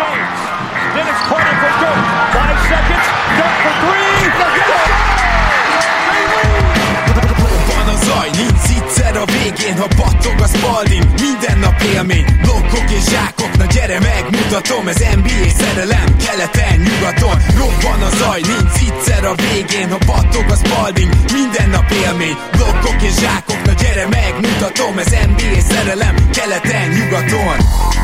James. Dennis corner for Dirk. 5 seconds. Dirk for 3. Let's go! Van a zaj, nincs egyszer a végén, ha battog a Spalding, minden nap élmény, blokkok és zsákok, na gyere megmutatom, ez NBA szerelem, keleten, nyugaton, robban a zaj, nincs egyszer a végén, ha battog a Spalding, minden nap élmény, blokkok és zsákok, na gyere megmutatom, ez NBA szerelem, keleten, nyugaton.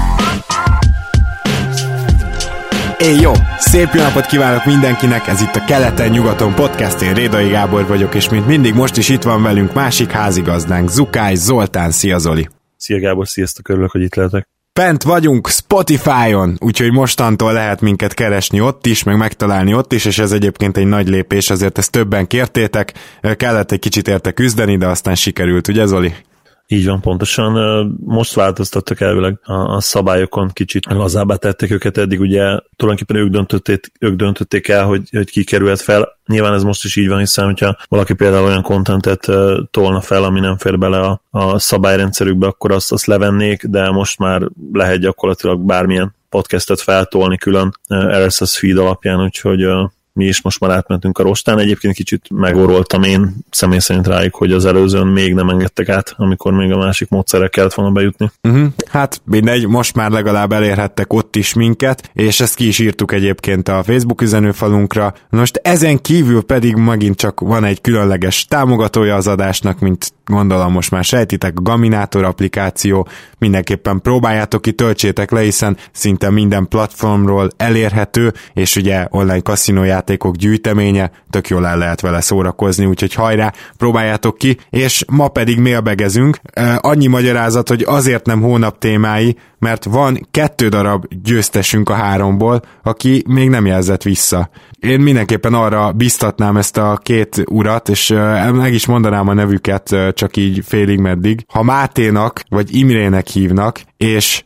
Jó, szép jó napot kívánok mindenkinek, ez itt a Keleten-nyugaton podcast, én Rédai Gábor vagyok, és mint mindig most is itt van velünk másik házigazdánk, Zukály Zoltán. Szia Zoli! Szia Gábor, sziasztok, örülök, hogy itt lehetek. Fent vagyunk Spotify-on, úgyhogy mostantól lehet minket keresni ott is, meg megtalálni ott is, és ez egyébként egy nagy lépés, azért ezt többen kértétek, kellett egy kicsit érte küzdeni, de aztán sikerült, ugye Zoli? Így van, pontosan. Most változtattak elvileg a szabályokon, kicsit lazábbá tették őket, eddig ugye tulajdonképpen ők döntötték el, hogy ki kerülhet fel. Nyilván ez most is így van, hiszen hogyha valaki például olyan contentet tolna fel, ami nem fér bele a szabályrendszerükbe, akkor azt levennék, de most már lehet gyakorlatilag bármilyen podcastet feltolni külön RSS feed alapján, úgyhogy mi is most már átmentünk a rostán. Egyébként kicsit megoroltam én személy szerint rájuk, hogy az előzőn még nem engedtek át, amikor még a másik módszerrel kellett volna bejutni. Hát mindegy, most már legalább elérhettek ott is minket, és ezt ki is írtuk egyébként a Facebook üzenőfalunkra. Most ezen kívül pedig megint csak van egy különleges támogatója az adásnak, mint gondolom most már sejtitek, a Gaminator applikáció, mindenképpen próbáljátok ki, töltsétek le, hiszen szinte minden platformról elérhető, és ugye online kaszinójátékok gyűjteménye, tök jól el lehet vele szórakozni, úgyhogy hajrá, próbáljátok ki, és ma pedig mailbagezünk. Annyi magyarázat, hogy azért nem hónap témái, mert van 2 darab győztesünk a 3-ból, aki még nem jelzett vissza. Én mindenképpen arra biztatnám ezt a 2 urat, és meg is mondanám a nevüket csak így félig meddig. Ha Máténak vagy Imrének hívnak, és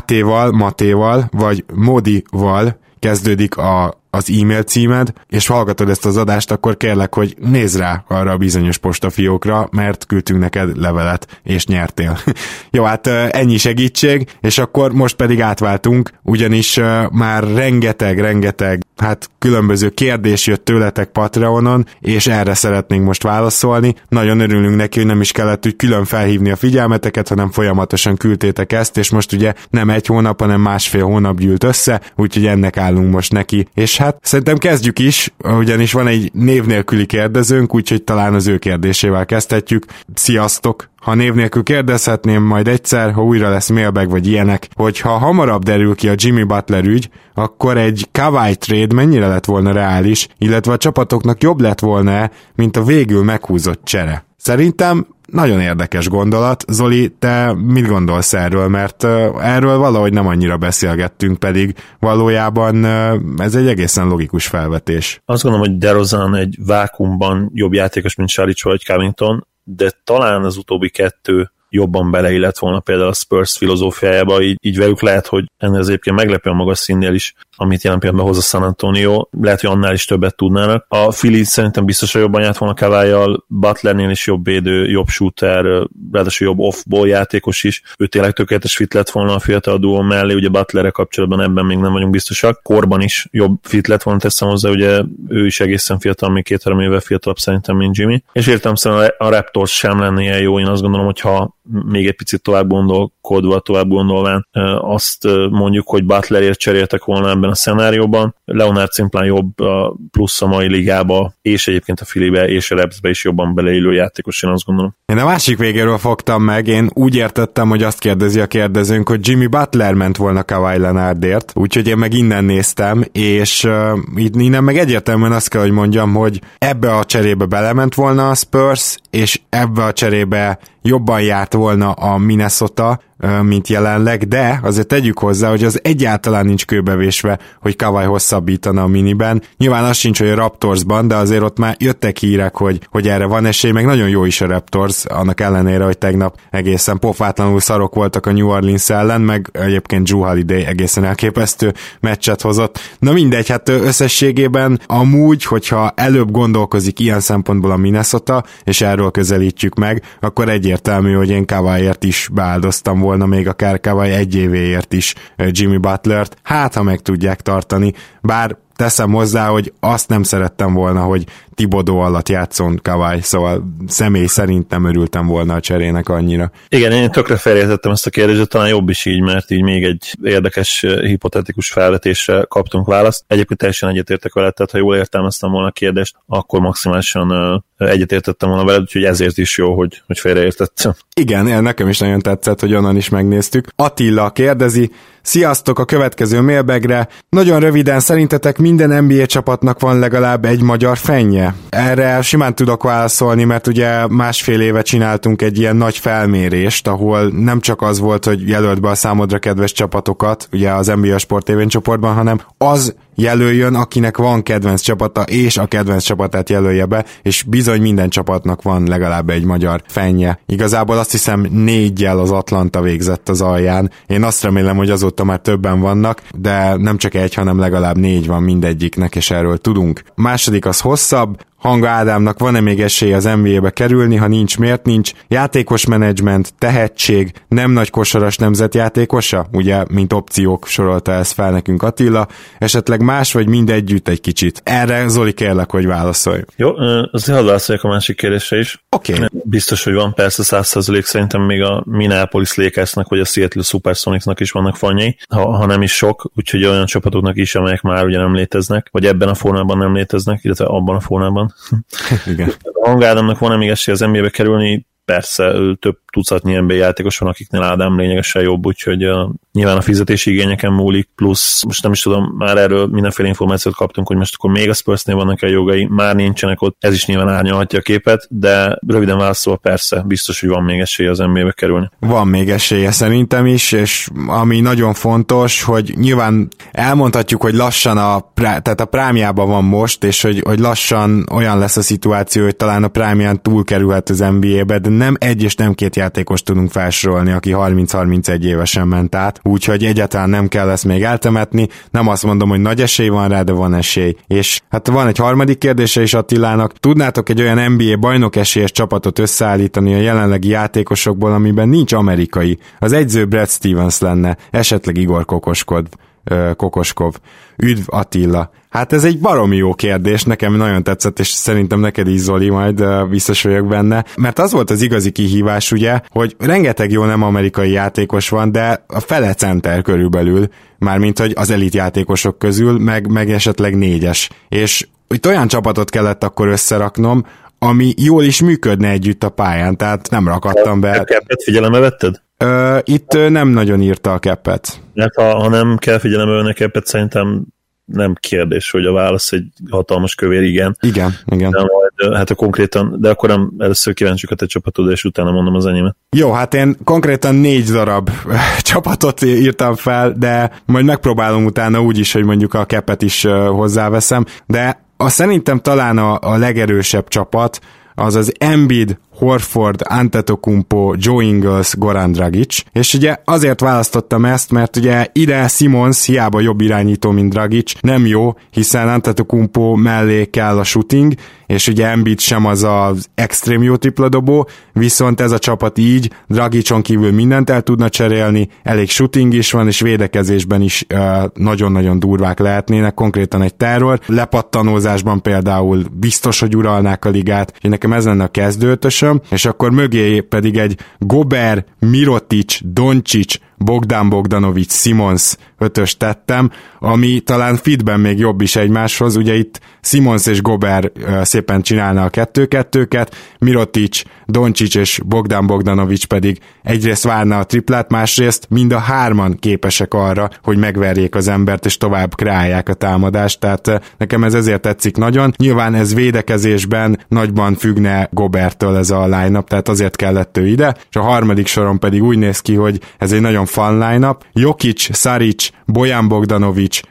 Matéval vagy Modival kezdődik az e-mail címed, és hallgatod ezt az adást, akkor kérlek, hogy nézz rá arra a bizonyos postafiókra, mert küldtünk neked levelet, és nyertél. Jó, hát ennyi segítség, és akkor most pedig átváltunk, ugyanis már rengeteg, hát különböző kérdés jött tőletek Patreonon, és erre szeretnénk most válaszolni. Nagyon örülünk neki, hogy nem is kellett úgy külön felhívni a figyelmeteket, hanem folyamatosan küldtétek ezt, és most ugye nem 1 hónap, hanem 1,5 hónap gyűlt össze, úgyhogy ennek állunk most neki. És hát szerintem kezdjük is, ugyanis van egy név nélküli kérdezőnk, úgyhogy talán az ő kérdésével kezdhetjük. Sziasztok! Ha név nélkül kérdezhetném majd egyszer, ha újra lesz mailbag vagy ilyenek, hogyha hamarabb derül ki a Jimmy Butler ügy, akkor egy Kawhi trade mennyire lett volna reális, illetve a csapatoknak jobb lett volna, mint a végül meghúzott csere. Szerintem nagyon érdekes gondolat. Zoli, te mit gondolsz erről? Mert erről valahogy nem annyira beszélgettünk, pedig valójában ez egy egészen logikus felvetés. Azt gondolom, hogy DeRozan egy vákuumban jobb játékos, mint Saric vagy Covington, de talán az utóbbi 2 jobban beleillett volna például a Spurs filozófiájába, így velük lehet, hogy ennél az egyébként meglepően magas színnél is, amit jelen pillanatban hoz a San Antonio, lehet, hogy annál is többet tudnának. A Philly szerintem biztosan jobban járt volna Kawhi-jal, Butlernél is jobb védő, jobb shooter, ráadásul jobb off-ball játékos is. Ő tényleg tökéletes fit lett volna a fiatal duó mellé, ugye Butlerre kapcsolatban ebben még nem vagyunk biztosak. Korban is jobb fit lett volna, teszem hozzá, ugye ő is egészen fiatal, még 2-3 éve fiatalabb szerintem, mint Jimmy. És értelemszerűen a Raptors sem lenne ilyen jó, én azt gondolom, hogy ha még egy picit tovább gondolván azt mondjuk, hogy Butlerért cseréltek volna ebben a szenárióban. Leonard szimplán jobb plusz a mai ligába, és egyébként a Phillybe és a Rapsbe is jobban beleillő játékos, én azt gondolom. Én a másik végéről fogtam meg, én úgy értettem, hogy azt kérdezi a kérdezőnk, hogy Jimmy Butler ment volna Kawhi Leonardért, úgyhogy én meg innen néztem, és innen meg egyértelműen azt kell, hogy mondjam, hogy ebbe a cserébe belement volna a Spurs, és ebbe a cserébe jobban járt volna a Minnesota, mint jelenleg, de azért tegyük hozzá, hogy az egyáltalán nincs kőbevésve, hogy Kawhi hosszabbítana a miniben. Nyilván az sincs, hogy a Raptorsban, de azért ott már jöttek hírek, hogy erre van esély, meg nagyon jó is a Raptors, annak ellenére, hogy tegnap egészen pofátlanul szarok voltak a New Orleans ellen, meg egyébként Jrue Holiday egészen elképesztő meccset hozott. Na mindegy, hát összességében amúgy, hogyha előbb gondolkozik ilyen szempontból a Minnesota, és erről közelítjük meg, akkor egyértelmű, hogy én Kawhiért is beáldoztam volna volna még akár Kawhi egy évéért is Jimmy Butlert, hát ha meg tudják tartani, bár teszem hozzá, hogy azt nem szerettem volna, hogy Thibodeau alatt játszon Kawhi, szóval személy szerint nem örültem volna a cserének annyira. Igen, én tökre felértettem ezt a kérdést, de talán jobb is így, mert így még egy érdekes, hipotetikus felvetésre kaptunk választ. Egyébként teljesen egyetértek veled, tehát ha jól értelmeztem volna a kérdést, akkor maximálisan egyetértettem volna veled, úgyhogy ezért is jó, hogy félreértettem. Igen, nekem is nagyon tetszett, hogy onnan is megnéztük. Attila kérdezi, sziasztok, a következő mailbagre. Nagyon röviden, szerintetek minden NBA csapatnak van legalább egy magyar fenje? Erre simán tudok válaszolni, mert ugye másfél éve csináltunk egy ilyen nagy felmérést, ahol nem csak az volt, hogy jelölt be a számodra kedves csapatokat, ugye az NBA Sport TV csoportban, hanem az jelöljön, akinek van kedvenc csapata, és a kedvenc csapatát jelölje be, és bizony minden csapatnak van legalább egy magyar fenje. Igazából azt hiszem 4-jel az Atlanta végzett az alján. Én azt remélem, hogy azóta már többen vannak, de nem csak egy, hanem legalább 4 van mindegyiknek, és erről tudunk. A második az hosszabb. Hanga Ádámnak van-e még esély az NBA-be kerülni, ha nincs, miért nincs? Játékos menedzsment, tehetség, nem nagy kosaras nemzetjátékosa? Ugye, mint opciók sorolta ezt fel nekünk Attila. Esetleg más, vagy mindegyütt egy kicsit? Erre Zoli kérlek, hogy válaszolj. Jó, azért hadd válaszoljak a másik kérdésre is. Oké. Biztos, hogy van, persze 100%, szerintem még a Minneapolis Lakersnek, vagy a Seattle Supersonicsnak is vannak fanjai, ha nem is sok, úgyhogy olyan csapatoknak is, amelyek már ugye nem léteznek, vagy ebben a formában nem léteznek, illetve abban a formában. Igen. A Hanga Ádámnak van-e még esély az NBA-be kerülni? Persze, több tucatnyi NBA játékos van, akiknél Ádám lényegesen jobb, úgyhogy nyilván a fizetési igényeken múlik, plusz most nem is tudom, már erről mindenféle információt kaptunk, hogy most akkor még a Spursnél vannak a jogai, már nincsenek ott, ez is nyilván árnyalhatja a képet, de röviden válaszolva persze, biztos, hogy van még esélye az NBA-be kerülni. Van még esélye szerintem is, és ami nagyon fontos, hogy nyilván elmondhatjuk, hogy lassan tehát a prámjában van most, és hogy lassan olyan lesz a szituáció, hogy talán a prámján túlkerülhet az NBA-be, de nem egy és nem két játékost tudunk felsorolni, aki 30-31 évesen ment át, úgyhogy egyáltalán nem kell ezt még eltemetni, nem azt mondom, hogy nagy esély van rá, de van esély. És hát van egy harmadik kérdése is Attilának, tudnátok egy olyan NBA bajnok esélyes csapatot összeállítani a jelenlegi játékosokból, amiben nincs amerikai? Az egyző Brad Stevens lenne, esetleg Igor Kokoskov. Üdv Attila. Hát ez egy baromi jó kérdés, nekem nagyon tetszett, és szerintem neked is, Zoli, majd biztos vagyok benne, mert az volt az igazi kihívás, ugye, hogy rengeteg jó nem amerikai játékos van, de a fele center körülbelül, mármint hogy az elit játékosok közül, meg esetleg 4-es. És itt olyan csapatot kellett akkor összeraknom, ami jól is működne együtt a pályán, tehát nem rakadtam be. A Capet figyelembe vetted? Itt nem nagyon írta a Capet. Mert ha nem kell figyelembe venni a Capet, szerintem nem kérdés, hogy a válasz egy hatalmas kövér igen. Igen. De majd, hát konkrétan, de akkor nem először kíváncsiak a te csapatod, és utána mondom az enyémet. Jó, hát én konkrétan 4 darab csapatot írtam fel, de majd megpróbálom utána úgy is, hogy mondjuk a Capet is hozzáveszem, de szerintem talán a legerősebb csapat az az Embiid, Horford, Antetokounmpo, Joe Ingles, Goran Dragic, és ugye azért választottam ezt, mert ugye ide Simmons hiába jobb irányító, mint Dragic, nem jó, hiszen Antetokounmpo mellé kell a shooting, és ugye Embiid sem az az extrém jó tripladobó, viszont ez a csapat így, Dragicon kívül mindent el tudna cserélni, elég shooting is van, és védekezésben is nagyon-nagyon durvák lehetnének, konkrétan egy terror, lepattanózásban például biztos, hogy uralnák a ligát, és nekem ez lenne a kezdőötösöm, és akkor mögé pedig egy Gobert, Mirotic, Doncic, Bogdanovic, Simmons 5-ös tettem, ami talán fitben még jobb is egymáshoz, ugye itt Simmons és Gobert szépen csinálna a 2-2-ket, Mirotic, Doncic és Bogdanovic pedig egyrészt várna a triplát, másrészt mind a hárman képesek arra, hogy megverjék az embert és tovább kreálják a támadást, tehát nekem ez ezért tetszik nagyon. Nyilván ez védekezésben nagyban függne Goberttől ez a line-up, tehát azért kellett ő ide, és a harmadik soron pedig úgy néz ki, hogy ez egy nagyon fun line-up. Jokic, Saric, Bojan Bogdanovic,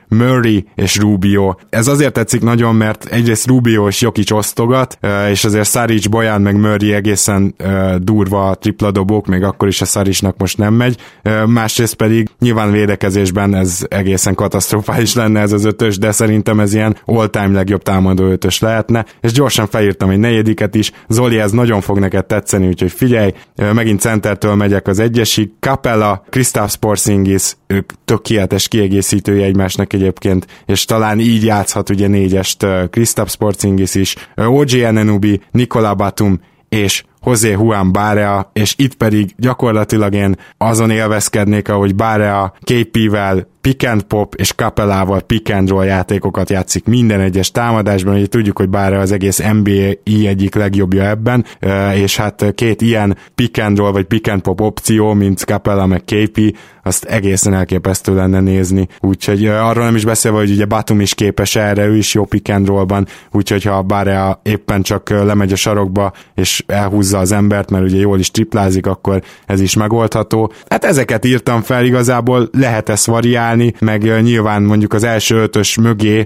Murray és Rubio. Ez azért tetszik nagyon, mert egyrészt Rubio és Jokic osztogat, és azért Saric, Bojan meg Murray egészen durva tripladobók, még akkor is a Saricnak most nem megy. Másrészt pedig nyilván védekezésben ez egészen katasztrofális lenne ez az ötös, de szerintem ez ilyen all-time legjobb támadó ötös lehetne, és gyorsan felírtam egy negyediket is. Zoli, ez nagyon fog neked tetszeni, úgyhogy figyelj, megint centertől megyek az egyesig. Capella, Kristaps Porzingis, ők tökéletes kiegészítője egymásnak egyébként, és talán így játszhat ugye négyest Kristaps Porzingis is, OG Anunoby, Nicola Batum és José Juan Barea, és itt pedig gyakorlatilag én azon élvezkednék, ahogy Barea KP-vel pick and pop és Capellával pick and roll játékokat játszik minden egyes támadásban, ugye tudjuk, hogy Barea az egész NBA egyik legjobbja ebben, és hát két ilyen pick and roll vagy pick and pop opció, mint Capella meg KP, azt egészen elképesztő lenne nézni, úgyhogy arról nem is beszélve, hogy ugye Batum is képes erre, ő is jó pick and rollban, úgyhogy ha Barea éppen csak lemegy a sarokba és elhúzza az embert, mert ugye jól is triplázik, akkor ez is megoldható. Hát ezeket írtam fel, igazából lehet ezt variálni, meg nyilván mondjuk az első ötös mögé,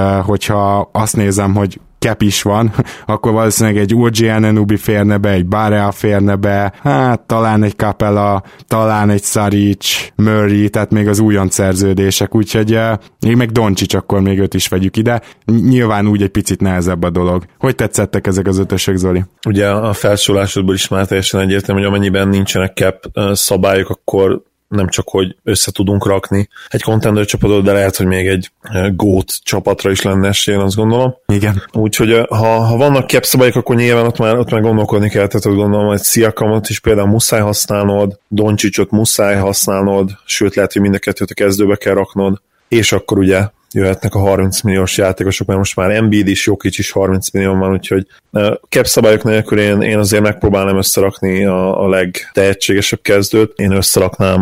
hogyha azt nézem, hogy Cap is van, akkor valószínűleg egy OG Anunoby férne be, egy Barea férne be, hát talán egy Capella, talán egy Saric, Murray, tehát még az újonc szerződések, úgyhogy még meg Doncic, akkor még őt is vegyük ide. Nyilván úgy egy picit nehezebb a dolog. Hogy tetszettek ezek az ötösök, Zoli? Ugye a felsorolásodból is már teljesen egyértelmű, hogy amennyiben nincsenek cap szabályok, akkor nem csak, hogy össze tudunk rakni egy contender csapatot, de lehet, hogy még egy GOAT csapatra is lenne esély, azt gondolom. Igen. Úgyhogy ha vannak cap szabályok, akkor nyilván ott már gondolkodni kell, tehát azt gondolom, hogy Siakamot is például muszáj használnod, Doncicot muszáj használnod, sőt lehet, hogy mind a kettőt a kezdőbe kell raknod, és akkor ugye jöhetnek a 30 milliós játékosok, mert most már Embiid is, Jokic is 30 millió van, úgyhogy cap szabályok nélkül én azért megpróbálnám összerakni a legtehetségesebb kezdőt. Én összeraknám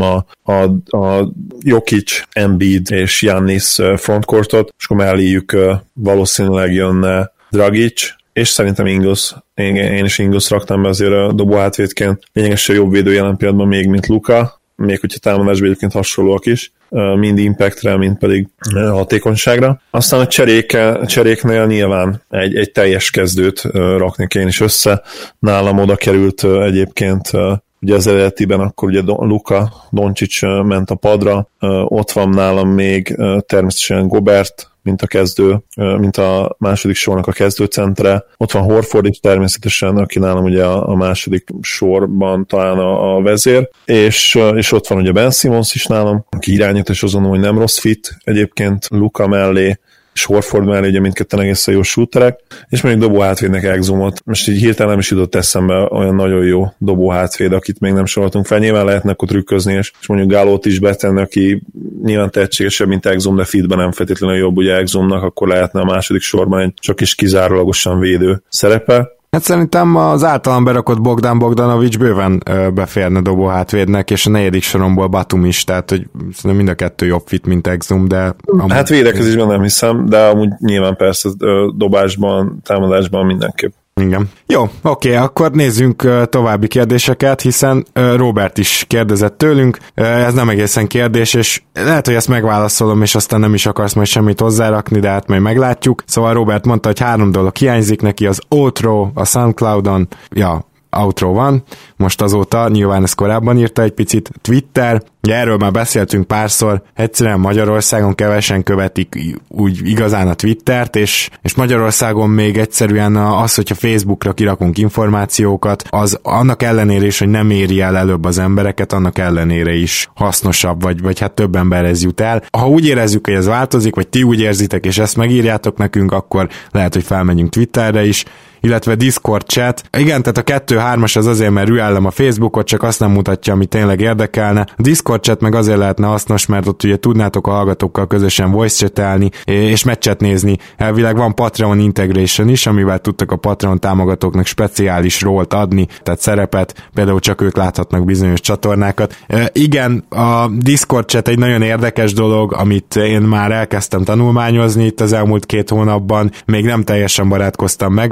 a Jokic, Embiid és Giannis frontcourtot, és akkor melléjük valószínűleg jönne Dragic, és szerintem Ingles. Én is Ingles raktam be azért a dobó hátvédként. Lényegesen jobb védő jelen pillanatban még, mint Luka, még hogyha támadásban egyébként hasonlóak is, mind impactre, mind pedig hatékonyságra. Aztán a cseréknél nyilván egy teljes kezdőt raknék én is össze. Nálam oda került egyébként ugye az eredetiben akkor ugye Luka Doncic ment a padra, ott van nálam még természetesen Gobert, mint a kezdő, mint a második sornak a kezdőcentre. Ott van Horford is természetesen, aki nálam ugye a második sorban talán a vezér, és ott van ugye Ben Simmons is nálam, aki irányít, és azon, hogy nem rossz fit egyébként Luka mellé, és Horford mellé, ugye mindketten egészen jó shooterek, és mondjuk dobó hátvédnek Exumot. Most így hirtelen nem is jutott eszembe olyan nagyon jó dobó hátvéd, akit még nem soroltunk fel. Nyilván lehetnek ott trükközni, és mondjuk Gálót is betenni, aki nyilván tehetségesebb, mint Exum, de fitben nem feltétlenül jobb ugye Exumnak, akkor lehetne a második sorban egy csak is kizárólagosan védő szerepe. Hát szerintem az általán berakott Bogdan Bogdanovics bőven beférne dobó hátvédnek, és a negyedik soromból Batum is, tehát hogy mind a kettő jobb fit, mint Exum, de... Hát védekezésben nem hiszem, de amúgy nyilván persze dobásban, támadásban mindenképp. Igen. Jó, oké, akkor nézzünk további kérdéseket, hiszen Robert is kérdezett tőlünk, ez nem egészen kérdés, és lehet, hogy ezt megválaszolom, és aztán nem is akarsz majd semmit hozzárakni, de hát majd meglátjuk. Szóval Robert mondta, hogy 3 dolog hiányzik neki, az outro a SoundCloudon, outro van, most azóta, nyilván ezt korábban írta egy picit, Twitter, ugye erről már beszéltünk párszor, egyszerűen Magyarországon kevesen követik úgy igazán a Twittert, és Magyarországon még egyszerűen az, hogyha Facebookra kirakunk információkat, az annak ellenére is, hogy nem éri el előbb az embereket, annak ellenére is hasznosabb, vagy hát több emberhez jut el. Ha úgy érezzük, hogy ez változik, vagy ti úgy érzitek, és ezt megírjátok nekünk, akkor lehet, hogy felmegyünk Twitterre is, illetve Discord chat. Igen, tehát a 2-3-as az azért, mert rüellem a Facebookot, csak azt nem mutatja, ami tényleg érdekelne. A Discord chat meg azért lehetne hasznos, mert ott ugye tudnátok a hallgatókkal közösen voice chatelni, és meccset nézni. Elvileg van Patreon integration is, amivel tudtak a Patreon támogatóknak speciális rólt adni, tehát szerepet, például csak ők láthatnak bizonyos csatornákat. Igen, a Discord chat egy nagyon érdekes dolog, amit én már elkezdtem tanulmányozni itt az elmúlt 2 hónapban, még nem teljesen barátkoztam meg vele,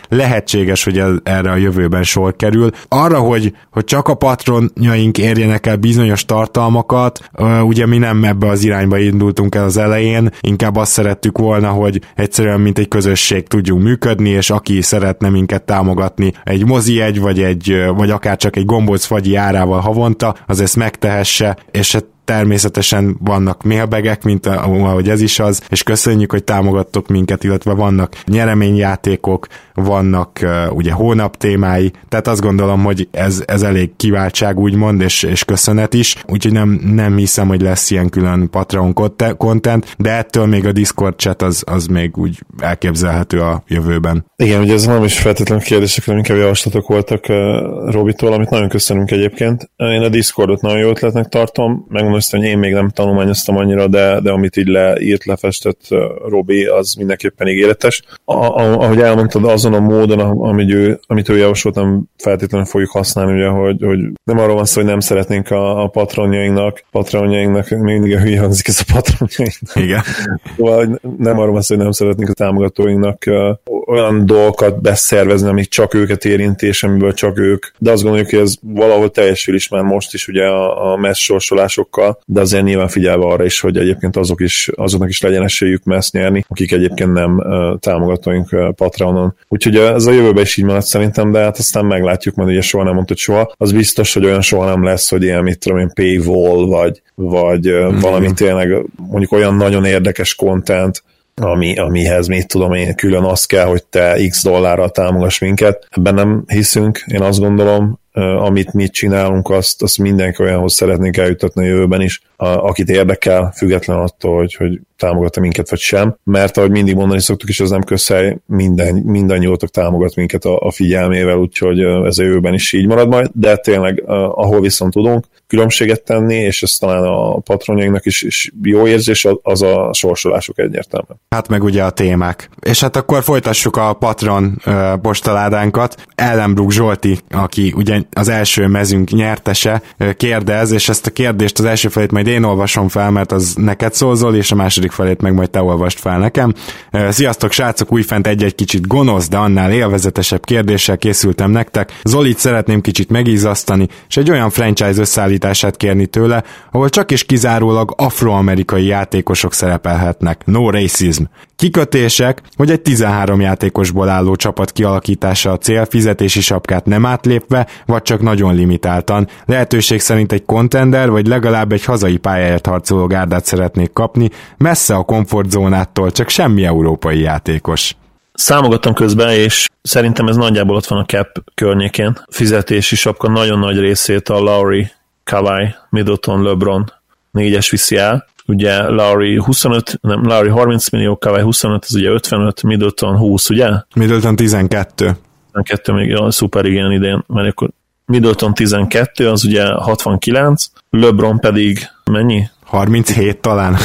lehetséges, hogy erre a jövőben sor kerül. Arra, hogy csak a patronjaink érjenek el bizonyos tartalmakat, ugye mi nem ebbe az irányba indultunk el az elején, inkább azt szerettük volna, hogy egyszerűen mint egy közösség tudjunk működni, és aki szeretne minket támogatni egy mozijegy, vagy akár csak egy gombócfagyi árával havonta, az ezt megtehesse, és természetesen vannak mailbagek, mint ahogy ez is az, és köszönjük, hogy támogattok minket, illetve vannak nyereményjátékok, vannak ugye hónap témái, tehát azt gondolom, hogy ez elég kiváltság úgymond, és köszönet is, úgyhogy nem hiszem, hogy lesz ilyen külön Patreon content, de ettől még a Discord chat az még úgy elképzelhető a jövőben. Igen, ugye ez nem is feltétlenül kérdések, hanem inkább javaslatok voltak Robitól, amit nagyon köszönünk egyébként. Én a Discordot nagyon jó ötletnek tartom, megmondom, hogy én még nem tanulmányoztam annyira, de amit így lefestett Robi, az mindenképpen ígéretes. Ahogy elmondtad, azon a módon, amit ő javasolt, nem feltétlenül fogjuk használni, ugye, hogy nem arról van szó, hogy nem szeretnénk a patronjainknak, mindig a hülye hangzik ez a patronjainknak. Igen. Szóval nem arról van szó, hogy nem szeretnénk a támogatóinknak olyan dolgokat beszervezni, amik csak őket érinti, és amiből csak ők. De azt gondoljuk, hogy ez valahol teljesül is már most is ugye a messz sorsolásokkal, de azért nyilván figyelve arra is, hogy egyébként azoknak is legyen esélyük messz nyerni, akik egyébként nem támogatóink Patreonon. Úgyhogy ez a jövőben is így marad szerintem, de hát aztán meglátjuk, mert ugye soha nem mondtad soha. Az biztos, hogy olyan soha nem lesz, hogy ilyen, mit tudom én, paywall, vagy valami tényleg mondjuk olyan nagyon érdekes content, amihez mit tudom én, külön az kell, hogy te x dollárral támogass minket. Ebben nem hiszünk, én azt gondolom, amit mi csinálunk, azt mindenki olyanhoz szeretnénk eljutatni a jövőben is, akit érdekel, független attól, hogy támogat-e minket vagy sem, mert ahogy mindig mondani szoktuk, és ez nem közhely, mindannyiótok támogat minket a figyelmével, úgyhogy ez a jövőben is így marad majd, de tényleg ahol viszont tudunk különbséget tenni, és ez talán a patronjainknak is jó érzés, az a sorsolások egyértelműen. Hát meg ugye a témák. És hát akkor folytassuk a Patron postaládánkat. Ellenbrook Zsolti, aki ugye az első mezünk nyertese, kérdez, és ezt a kérdést az első felét majd én olvasom fel, mert az neked szól, Zoli, és a második felét meg majd te olvast fel nekem. Sziasztok, srácok, újfent egy kicsit gonosz, de annál élvezetesebb kérdéssel készültem nektek. Zolit szeretném kicsit megízasztani, és egy olyan franchise összeállítását kérni tőle, ahol csak és kizárólag afroamerikai játékosok szerepelhetnek. No racism. Kikötések, hogy egy 13 játékosból álló csapat kialakítása a cél, fizetési sapkát nem átlépve, vagy csak nagyon limitáltan. Lehetőség szerint egy contender, vagy legalább egy hazai pályáért harcoló gárdát szeretnék kapni, messze a komfortzónától, csak semmi európai játékos. Számogattam közben, és szerintem ez nagyjából ott van a cap környékén. Fizetési sapka nagyon nagy részét a Lowry, Kawhi, Middleton, LeBron 4-es viszi el. Ugye Lowry 30 millió, Kawhi 25, ez ugye 55, Middleton 20, ugye? Middleton 12. 12 még a szuper igen idén, mert akkor Middleton 12, az ugye 69, LeBron pedig mennyi? 37 talán.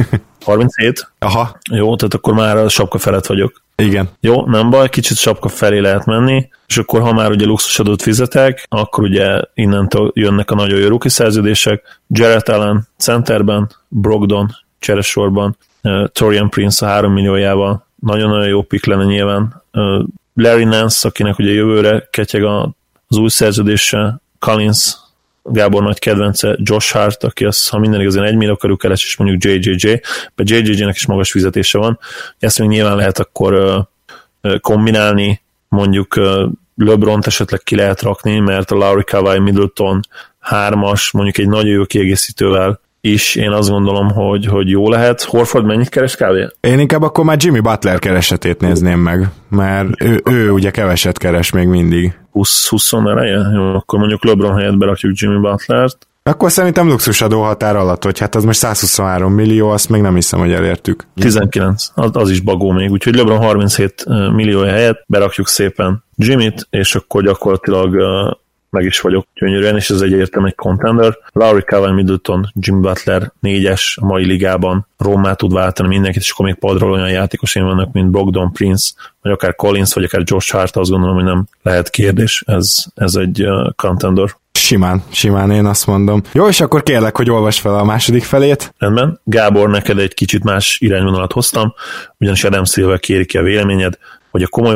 37? Aha. Jó, tehát akkor már a sapka felett vagyok. Igen. Jó, nem baj, kicsit sapka felé lehet menni, és akkor ha már ugye luxusadót fizetek, akkor ugye innentől jönnek a nagyon jó rookie szerződések. Jarrett Allen centerben, Brogdon cseresorban, Taurean Prince a 3 milliójával, nagyon-nagyon jó pick lenne nyilván. Larry Nance, akinek ugye jövőre ketyeg az új szerződése, Collins, Gábor nagy kedvence, Josh Hart, aki az, ha minden igazán 1 millió körül keres, és mondjuk JJJ, de JJJ-nek is magas fizetése van. Ezt még nyilván lehet akkor kombinálni, mondjuk LeBront esetleg ki lehet rakni, mert a Lowry, Kawhi, Middleton 3-as, mondjuk egy nagyon jó kiegészítővel is én azt gondolom, hogy jó lehet. Horford mennyit keres kb? Én inkább akkor már Jimmy Butler keresetét nézném meg, mert ő ugye keveset keres még mindig. 20 eleje? Jó, akkor mondjuk LeBron helyett berakjuk Jimmy Butlert. Akkor szerintem luxusadó határ alatt, hogy hát az most 123 millió, azt még nem hiszem, hogy elértük. 19, az is bagó még, úgyhogy LeBron 37 millió helyett berakjuk szépen Jimmyt, és akkor gyakorlatilag meg is vagyok gyönyörűen, és ez egyértelműen egy contender. Lowry, Kawhi, Middleton, Jimmy Butler 4-es a mai ligában, Rommá tud váltani mindenkit, és akkor még padról olyan játékosén vannak, mint Brogdon, Prince, vagy akár Collins, vagy akár Josh Hart, azt gondolom, hogy nem lehet kérdés, ez egy contender. Simán én azt mondom. Jó, és akkor kérlek, hogy olvasd fel a második felét. Rendben. Gábor, neked egy kicsit más irányvonalat hoztam, ugyanis Adam Silver kéri ki a véleményed. hogy komoly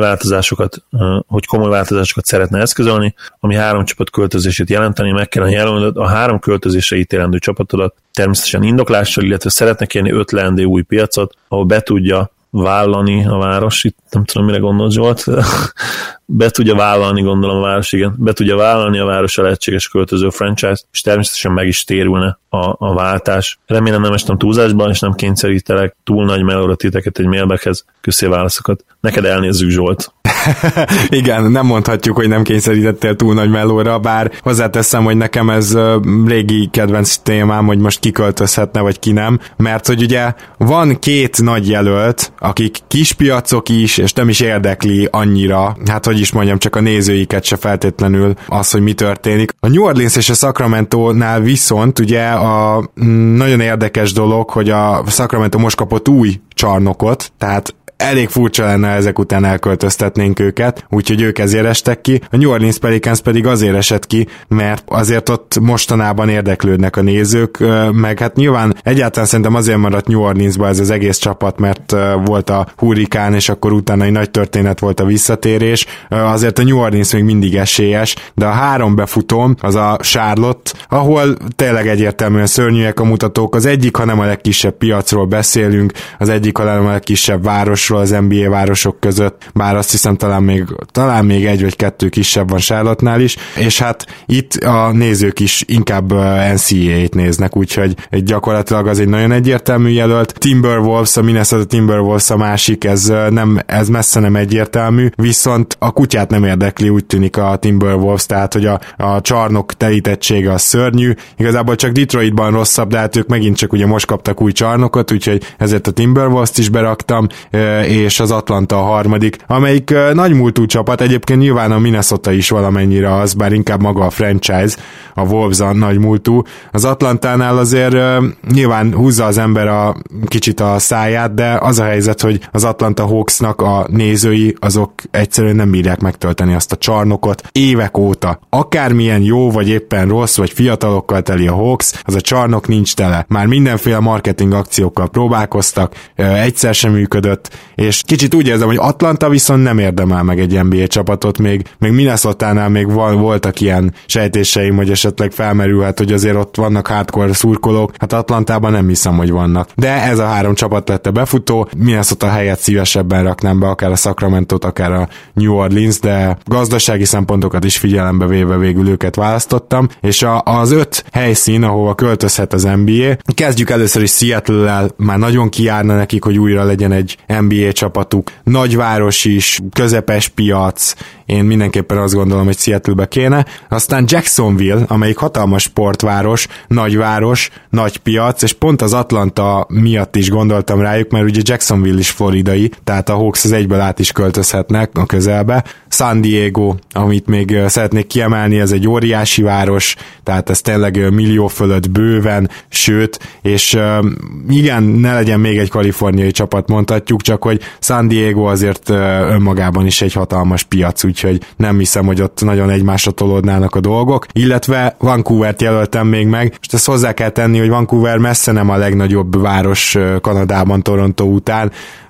változásokat szeretne eszközölni, ami 3 csapat költözését jelenteni, meg kellene jelölnöd a 3 költözésre ítélendő csapatodat, természetesen indoklással, illetve szeretne kérni 5 leendő új piacot, ahol be tudja vállalni a város, itt nem tudom, mire gondolt Zsolt, be tudja vállalni, gondolom a város, igen, be tudja vállalni a város a lehetséges költöző franchise, és természetesen meg is térülne a váltás. Remélem nem estem túlzásban, és nem kényszerítelek túl nagy melóra titeket egy mailbackhez. Köszi a válaszokat. Neked elnézzük, Zsolt. Igen, nem mondhatjuk, hogy nem kényszerítettél túl nagy melóra, bár hozzáteszem, hogy nekem ez régi kedvenc témám, hogy most kiköltözhetne, vagy ki nem, mert hogy ugye van 2 nagy jelölt, akik kispiacok is, és nem is érdekli annyira, hát hogy is mondjam, csak a nézőiket se feltétlenül az, hogy mi történik. A New Orleans és a Sacramento-nál viszont ugye a nagyon érdekes dolog, hogy a Sacramento most kapott új csarnokot, tehát elég furcsa lenne, ezek után elköltöztetnénk őket, úgyhogy ők ezért estek ki. A New Orleans Pelicans pedig azért esett ki, mert azért ott mostanában érdeklődnek a nézők, meg hát nyilván egyáltalán szerintem azért maradt New Orleansba ez az egész csapat, mert volt a hurrikán, és akkor utána egy nagy történet volt a visszatérés. Azért a New Orleans még mindig esélyes, de a 3 befutóm, az a Charlotte, ahol tényleg egyértelműen szörnyűek a mutatók. Az egyik, hanem a legkisebb piacról beszélünk, az egyik, hanem a legkisebb város az NBA városok között, bár azt hiszem talán még 1 vagy 2 kisebb van Charlotte-nál is, és hát itt a nézők is inkább NCAA-t néznek, úgyhogy gyakorlatilag az egy nagyon egyértelmű jelölt. Timberwolves, a Minnesota Timberwolves a másik, ez messze nem egyértelmű, viszont a kutyát nem érdekli, úgy tűnik a Timberwolves, tehát hogy a csarnok telítettsége a szörnyű, igazából csak Detroitban rosszabb, de hát ők megint csak ugye most kaptak új csarnokot, úgyhogy ezért a Timberwolves-t is beraktam, és az Atlanta a harmadik, amelyik nagymúltú csapat, egyébként nyilván a Minnesota is valamennyire az, bár inkább maga a franchise, a Wolves a nagymúltú. Az Atlantánál azért nyilván húzza az ember kicsit a száját, de az a helyzet, hogy az Atlanta Hawksnak a nézői, azok egyszerűen nem bírják megtölteni azt a csarnokot évek óta. Akármilyen jó, vagy éppen rossz, vagy fiatalokkal teli a Hawks, az a csarnok nincs tele. Már mindenféle marketing akciókkal próbálkoztak, egyszer sem működött, és kicsit úgy érzem, hogy Atlanta viszont nem érdemel meg egy NBA csapatot, még Minnesotánál még voltak ilyen sejtéseim, hogy esetleg felmerülhet, hogy azért ott vannak hardcore szurkolók, hát Atlantában nem hiszem, hogy vannak. De ez a 3 csapat lett a befutó, Minnesota helyett szívesebben raknám be akár a Sacramento-t, akár a New Orleans, de gazdasági szempontokat is figyelembe véve végül őket választottam, és az 5 helyszín, ahova költözhet az NBA, kezdjük először is Seattle-lel, már nagyon kijárna nekik, hogy újra legyen egy NBA csapatuk, nagyváros is, közepes piac, én mindenképpen azt gondolom, hogy Seattle-be kéne. Aztán Jacksonville, amelyik hatalmas sportváros, nagyváros, nagy piac, és pont az Atlanta miatt is gondoltam rájuk, mert ugye Jacksonville is floridai, tehát a Hawks az egyből át is költözhetnek a közelbe. San Diego, amit még szeretnék kiemelni, ez egy óriási város, tehát ez tényleg millió fölött bőven, sőt, és igen, ne legyen még egy kaliforniai csapat, mondhatjuk, csak hogy San Diego azért önmagában is egy hatalmas piac, úgyhogy nem hiszem, hogy ott nagyon egymásra tolódnának a dolgok, illetve Vancouvert jelöltem még meg, és ezt hozzá kell tenni, hogy Vancouver messze nem a legnagyobb város Kanadában, Toronto után,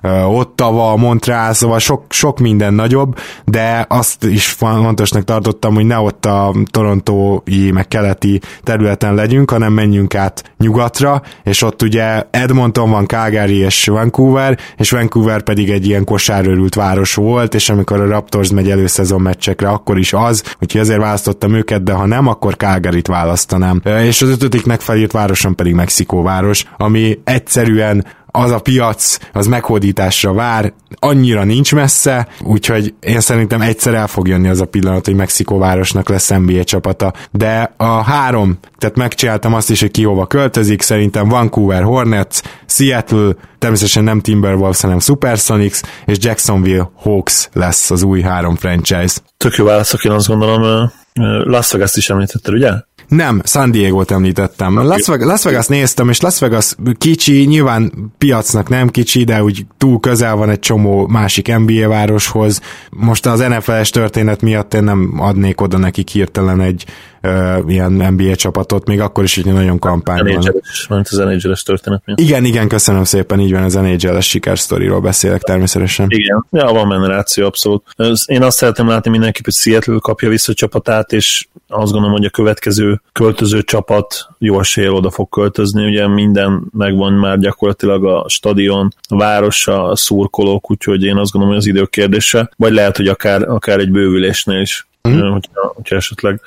Ottawa, Montreal, szóval sok minden nagyobb, de azt is fontosnak tartottam, hogy ne ott a torontói, meg keleti területen legyünk, hanem menjünk át nyugatra, és ott ugye Edmonton van, Calgary és Vancouver pedig egy ilyen kosárőrült város volt, és amikor a Raptors megy előszezon meccsekre, akkor is az, úgyhogy ezért választottam őket, de ha nem, akkor Calgaryt választanám. És az 5. megfelírt városom pedig Mexikóváros, ami egyszerűen az a piac, az meghódításra vár, annyira nincs messze, úgyhogy én szerintem egyszer el fog jönni az a pillanat, hogy Mexikóvárosnak lesz NBA csapata, de a 3, tehát megcsináltam azt is, hogy ki hova költözik, szerintem Vancouver Hornets, Seattle, természetesen nem Timberwolves, hanem Supersonics, és Jacksonville Hawks lesz az új 3 franchise. Tök jó válaszok, én azt gondolom, Las Vegas-t is említetted, ugye? Nem, San Diego-t említettem. Las Vegas néztem, és Las Vegas kicsi, nyilván piacnak nem kicsi, de úgy túl közel van egy csomó másik NBA városhoz. Most az NFL-es történet miatt én nem adnék oda nekik hirtelen egy ilyen NBA csapatot, még akkor is, hogy nagyon kampányban. Az NHL-es történet. Igen, köszönöm szépen, így van, az NHL-es sikersztoriról beszélek természetesen. Igen, van benne ráció, abszolút. Én azt szeretem látni mindenképp, hogy Seattle kapja vissza a csapatát, és azt gondolom, hogy a következő költöző csapat jó eséllyel oda fog költözni, ugye minden megvan már gyakorlatilag a stadion, a város, a szurkolók, úgyhogy én azt gondolom, hogy az idő kérdése, vagy lehet, hogy akár egy bővülésnél is. Hogyha esetleg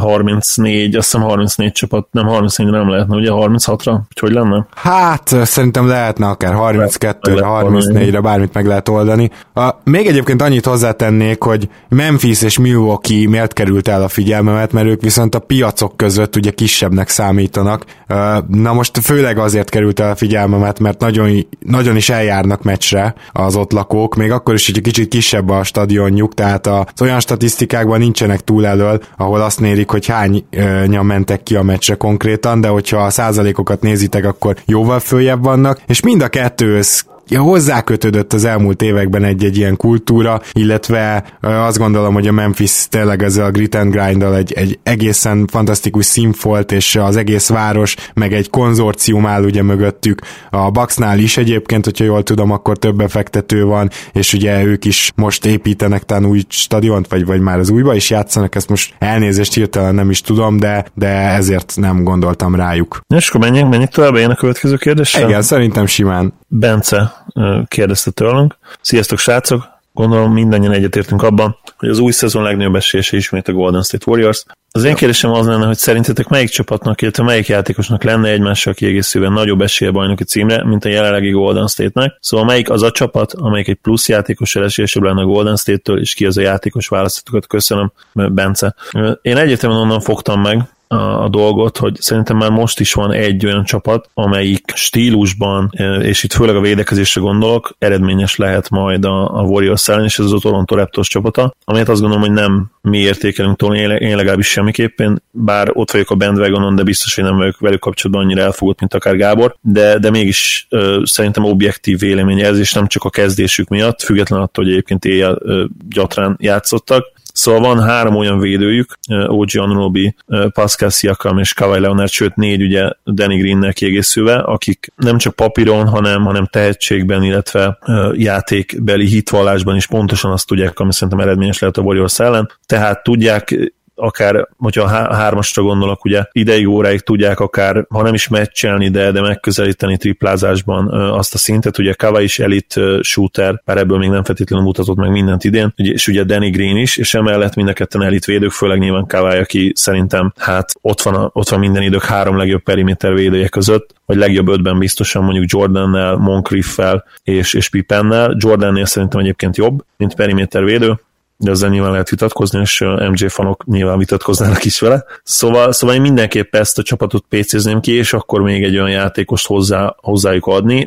34, azt hiszem 34 csapat, nem 34 nem lehetne, ugye 36-ra? Hogy lenne? Hát szerintem lehetne akár 32-re, 34-re, bármit meg lehet oldani. Még egyébként annyit hozzátennék, hogy Memphis és Milwaukee miért került el a figyelmemet, mert ők viszont a piacok között ugye kisebbnek számítanak. Na most főleg azért került el a figyelmemet, mert nagyon, nagyon is eljárnak meccsre az ott lakók, még akkor is, hogy kicsit kisebb a stadionjuk, tehát az olyan statisztikákban nincsenek túl elől, ahol azt mérik, hogy hányan mentek ki a meccsre konkrétan, de hogyha a százalékokat nézitek, akkor jóval följebb vannak, és mind a kettőhöz hozzákötődött az elmúlt években egy ilyen kultúra, illetve azt gondolom, hogy a Memphis tényleg ezzel a grit and grind-dal egy egészen fantasztikus színfolt, és az egész város, meg egy konzorcium áll ugye mögöttük. A Bucksnál is egyébként, hogyha jól tudom, akkor több befektető van, és ugye ők is most építenek talán új stadiont, vagy már az újba is játszanak, ezt most elnézést hirtelen nem is tudom, de ezért nem gondoltam rájuk. És akkor menjünk tovább, én a következő kérdéssel? Igen, szerintem simán. Bence kérdezte tőlünk. Sziasztok, srácok! Gondolom mindannyian egyetértünk abban, hogy az új szezon legnagyobb esélyese ismét a Golden State Warriors. Az én kérdésem az lenne, hogy szerintetek melyik csapatnak, illetve melyik játékosnak lenne egymással kiegészülően nagyobb esélye bajnoki címre, mint a jelenlegi Golden State-nek? Szóval melyik az a csapat, amelyik egy plusz játékossal esélyesebb lenne a Golden State-től, és ki az a játékos választatokat? Köszönöm, Bence. Én egyértelműen onnan fogtam meg a dolgot, hogy szerintem már most is van egy olyan csapat, amelyik stílusban, és itt főleg a védekezésre gondolok, eredményes lehet majd a Warriors ellen, és ez az a Toronto Raptors csapata, amelyet azt gondolom, hogy nem mi értékelünk tőle, én legalábbis semmiképpen, bár ott vagyok a bandwagonon, de biztos, hogy nem vagyok velük kapcsolatban annyira elfogott, mint akár Gábor, de mégis szerintem objektív véleménye ez, és nem csak a kezdésük miatt, független attól, hogy egyébként éjjel gyatrán játszottak. Szóval van 3 olyan védőjük, OG Anunoby, Pascal Siakam és Kawhi Leonard, sőt 4 ugye Danny Greennel kiegészülve, akik nem csak papíron, hanem tehetségben, illetve játékbeli hitvallásban is pontosan azt tudják, ami szerintem eredményes lehet a Warriors ellen. Tehát tudják, akár, hogyha a 3-asra gondolok, ugye ideig óráig tudják akár, ha nem is meccselni, de megközelíteni triplázásban azt a szintet, ugye Kawhi is elite shooter, bár ebből még nem feltétlenül mutatott meg mindent idén, és ugye Danny Green is, és emellett mind a ketten elite védők, főleg nyilván Kawhi, aki szerintem hát ott van minden idők 3 legjobb periméter védője között, vagy legjobb 5-ben biztosan mondjuk Jordannel, Moncrieffel és Pippennel. Jordannél szerintem egyébként jobb, mint periméter védő, de ezzel nyilván lehet vitatkozni, és MJ fanok nyilván vitatkoznának is vele. Szóval én mindenképp ezt a csapatot PC-zném ki, és akkor még egy olyan játékost hozzájuk adni,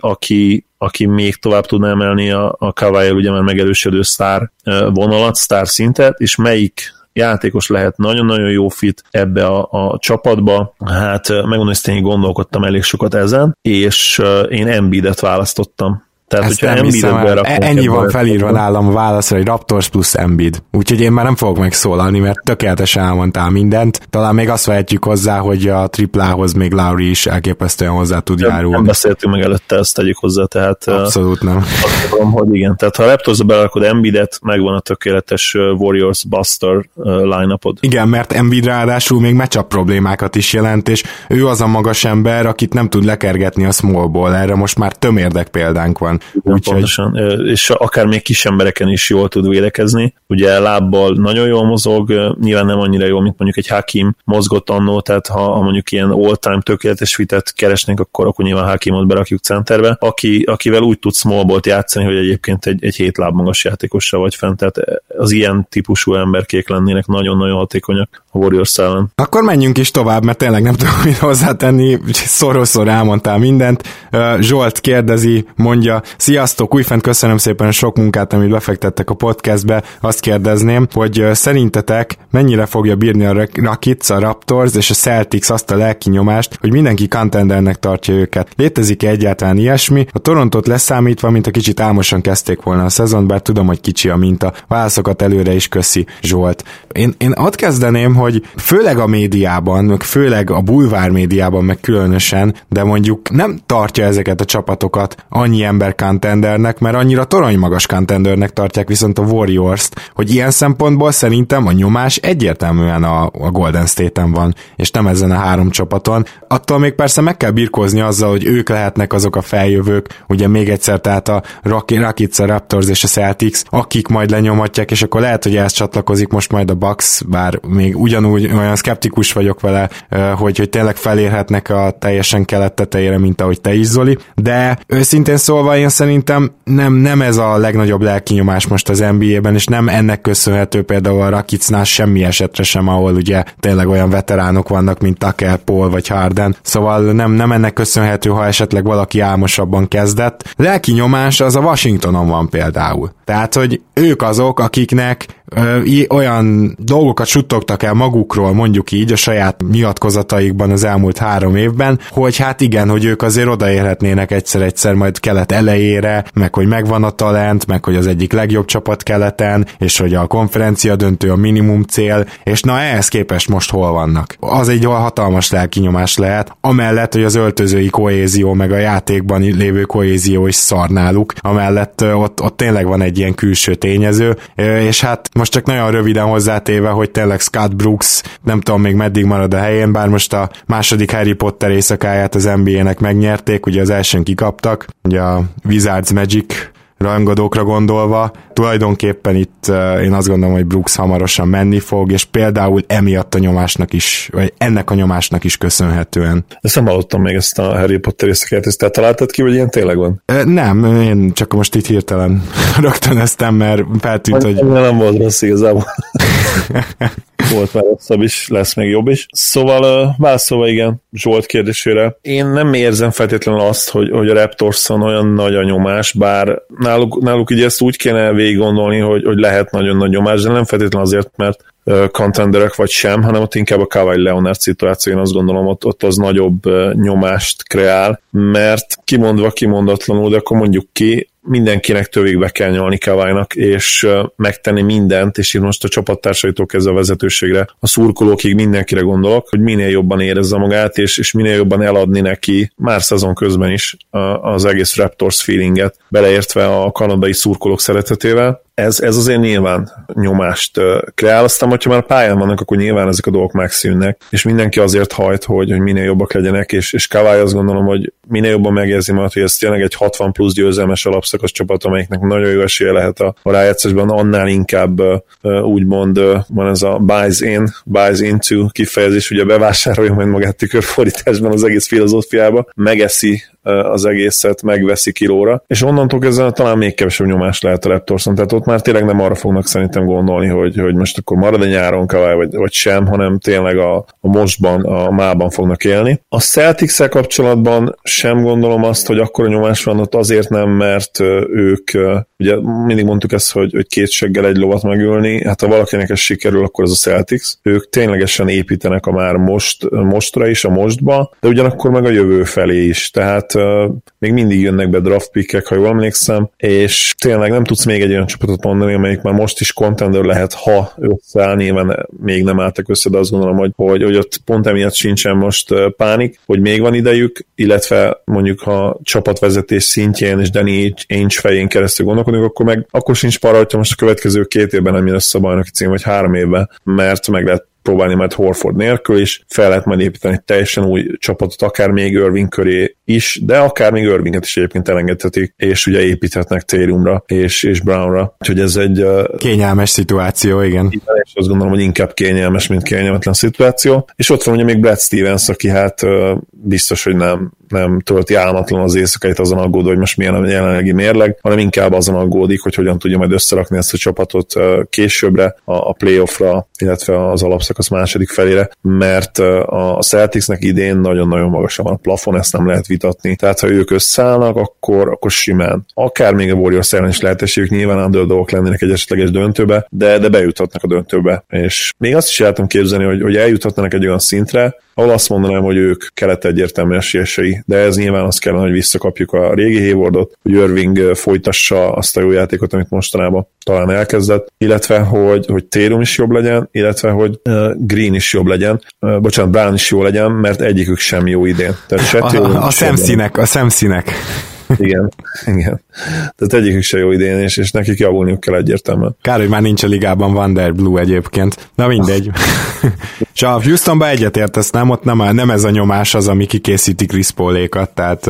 aki még tovább tudná emelni a Kawhi-jel ugye már megerősödő sztár vonalat, sztár szintet, és melyik játékos lehet nagyon-nagyon jó fit ebbe a csapatba. Hát megmondom, hogy én gondolkodtam elég sokat ezen, és én Embiidet választottam. Tehát, ezt nem hiszem, ennyi van felírva nálam a válaszra, hogy Raptors plusz Embiid. Úgyhogy én már nem fogok megszólalni, mert tökéletesen elmondtál mindent. Talán még azt vehetjük hozzá, hogy a triplához még Lowry is elképesztően hozzá tud járulni. Nem beszéltünk meg előtte, ezt tegyük hozzá, tehát... Abszolút nem. Azt mondom, hogy igen. Tehát ha a Raptorsba belerakod Embiidet, megvan a tökéletes Warriors Buster line-upod. Igen, mert Embiid ráadásul még matchup problémákat is jelent, és ő az a magas ember, akit nem tud lekergetni a smallból. Erre most már tömérdek példánk van. Pontosan, és akár még kis embereken is jól tud védekezni. Ugye lábbal nagyon jól mozog, nyilván nem annyira jól, mint mondjuk egy Hakim mozgott annó, tehát ha mondjuk ilyen all-time tökéletes fitet keresnénk, akkor nyilván Hakimot berakjuk centerbe, akivel úgy tud smallballt játszani, hogy egyébként egy 7 láb magas játékossal vagy fent, tehát az ilyen típusú emberkék lennének nagyon-nagyon hatékonyak a Warriors ellen. Akkor menjünk is tovább, mert tényleg nem tudom mit hozzátenni, szoroszor elmondtál mindent. Zsolt kérdezi, mondja, Sziasztok, újfent köszönöm szépen a sok munkát, amit befektettek a podcastbe. Azt kérdezném, hogy szerintetek mennyire fogja bírni a Rockets, a Raptors és a Celtics azt a lelki nyomást, hogy mindenki contendernek tartja őket. Létezik-e egyáltalán ilyesmi? A Torontót leszámítva, mint a kicsit álmosan kezdték volna a szezon, bár tudom, hogy kicsi a minta. Válaszokat előre is köszi, Zsolt. Én ott kezdeném, hogy főleg a médiában, meg főleg a bulvár médiában, meg különösen, de mondjuk nem tartja ezeket a csapatokat annyi ember contendernek, mert annyira toronymagas contendernek tartják viszont a Warriors-t, hogy ilyen szempontból szerintem a nyomás egyértelműen a Golden State-en van, és nem ezen a három csapaton. Attól még persze meg kell birkózni azzal, hogy ők lehetnek azok a feljövők, ugye még egyszer, tehát a Rockets, a Raptors és a Celtics, akik majd lenyomatják, és akkor lehet, hogy ehhez csatlakozik most majd a Bucks, bár még ugyanúgy olyan szkeptikus vagyok vele, hogy tényleg felérhetnek a teljesen kelet tetejére, mint ahogy te is, Zoli, de őszintén szólva én szerintem nem ez a legnagyobb lelkinyomás most az NBA-ben, és nem ennek köszönhető például a Rocketsnál semmi esetre sem, ahol ugye tényleg olyan veteránok vannak, mint Tucker, Paul vagy Harden, szóval nem ennek köszönhető, ha esetleg valaki álmosabban kezdett. Lelkinyomás az a Washingtonon van például. Tehát, hogy ők azok, akiknek olyan dolgokat suttogtak el magukról, mondjuk így, a saját nyilatkozataikban az elmúlt 3 évben, hogy hát igen, hogy ők azért odaérhetnének egyszer-egyszer majd kelet elejére, meg hogy megvan a talent, meg hogy az egyik legjobb csapat keleten, és hogy a konferencia döntő a minimum cél, és na ehhez képest most hol vannak. Az egy hatalmas lelkinyomás lehet, amellett, hogy az öltözői kohézió, meg a játékban lévő kohézió is szar náluk, amellett ott tényleg van egy ilyen külső tényező, és hát most csak nagyon röviden hozzátéve, hogy tényleg Scott Brooks, nem tudom még meddig marad a helyén, bár most a második Harry Potter éjszakáját az NBA-nek megnyerték, ugye az elsőn kikaptak, ugye a Wizards Magic rangadókra gondolva, tulajdonképpen itt én azt gondolom, hogy Brooks hamarosan menni fog, és például emiatt a nyomásnak is, vagy ennek a nyomásnak is köszönhetően. Ezt nem hallottam még ezt a Harry Potter éjszakát, ezt te találtad ki, hogy ilyen tényleg van? Nem, én csak most itt hirtelen rögtönöztem, mert feltűnt, hogy... Nem volt rossz igazából. Volt már rosszabb is, lesz még jobb is. Szóval válaszolva igen, Zsolt kérdésére. Én nem érzem feltétlenül azt, hogy a Raptorson olyan nagy a nyomás, bár náluk így ezt úgy kéne végig gondolni, hogy lehet nagyon nagy nyomás, de nem feltétlenül azért, mert contenderek vagy sem, hanem ott inkább a Kawhi Leonard szituáció, én azt gondolom, ott az nagyobb nyomást kreál, mert kimondatlanul, de akkor mondjuk ki, mindenkinek tövigbe kell nyolni Kawhinak, és megtenni mindent, és én most a csapattársaitól kezdve a vezetőségre, a szurkolókig mindenkire gondolok, hogy minél jobban érezze magát, és minél jobban eladni neki, már szezon közben is az egész Raptors feelinget, beleértve a kanadai szurkolók szeretetével. Ez azért nyilván nyomást kreál, aztán, hogyha már pályán vannak, akkor nyilván ezek a dolgok megszűnnek, és mindenki azért hajt, hogy minél jobbak legyenek, és Kawhi azt gondolom, hogy minél jobban megérzi majd, hogy ez tényleg egy 60 plusz győzelmes alapszakasz csapat, amelyiknek nagyon jó esélye lehet a rájátszásban, annál inkább úgymond van ez a buys into kifejezés, ugye bevásárolja majd magát tükörfordításban az egész filozófiába, megeszi az egészet, megveszi kilóra, és onnantól kezdve talán még kevesebb nyomás lehet a Raptorson, tehát ott már tényleg nem arra fognak szerintem gondolni, hogy most akkor marad a nyáron Kawhi, vagy sem, hanem tényleg a mostban, a mában fognak élni. A Celtics-szel kapcsolatban sem gondolom azt, hogy akkora nyomás van ott, azért nem, mert ők, ugye mindig mondtuk ezt, hogy két seggel egy lovat megülni, hát ha valakinek ez sikerül, akkor ez a Celtics. Ők ténylegesen építenek a már mostra is, a mostba, de ugyanakkor meg a jövő felé is, tehát még mindig jönnek be draft pickek, ha jól emlékszem, és tényleg nem tudsz még egy olyan csapatot mondani, amelyik már most is contender lehet, ha összeáll, nyilván még nem álltak össze, de azt gondolom, hogy ott pont emiatt sincsen most pánik, hogy még van idejük, illetve mondjuk ha csapatvezetés szintjén és Danny Ainge fején keresztül gondolkodunk, akkor sincs para, hogyha most a következő 2 évben nem jön össze a bajnoki cím, vagy 3 évben, mert meg lehet próbálni majd Horford nélkül is, fel lehet majd építeni teljesen új csapatot, akár még Irving köré is, de akár még Irvinget is egyébként elengedhetik, és ugye építhetnek Tatumra és Brownra. Úgyhogy ez egy kényelmes szituáció, igen. És azt gondolom, hogy inkább kényelmes, mint kényelmetlen szituáció. És ott van ugye még Brad Stevens, aki hát biztos, hogy nem tölti álmatlan az éjszakait azon aggódó, hogy most milyen a jelenlegi mérleg, hanem inkább azon aggódik, hogy hogyan tudja majd összerakni ezt a csapatot későbbre, a playoffra, illetve az alapszakasz szakasz második felére, mert a Celticsnek idén nagyon-nagyon magasan van a plafon, ezt nem lehet vitatni. Tehát ha ők összeállnak, akkor simán. Akár még a Warriors ellen is lehetőségük, nyilván underdogok lennének egy esetleges döntőbe, de bejuthatnak a döntőbe. És még azt is el tudom képzelni, hogy eljuthatnának egy olyan szintre, ahol azt mondanám, hogy ők kelet egyértelmű esélyesei, de ez nyilván azt kellene, hogy visszakapjuk a régi Haywardot, hogy Irving folytassa azt a jó játékot, amit mostanában talán elkezdett, illetve hogy Tatum is jobb legyen, illetve hogy Green is jobb legyen, Brown is jó legyen, mert egyikük sem jó idén. Tehát a szemszínek. Igen. Tehát egyikük se jó idén, és nekik javulniuk kell egyértelműen. Kár, hogy már nincs a ligában Vanderblue egyébként. Na mindegy. És a Houstonban egyetértesz, nem? Ott nem ez a nyomás az, ami kikészíti Chris Paulékat, tehát...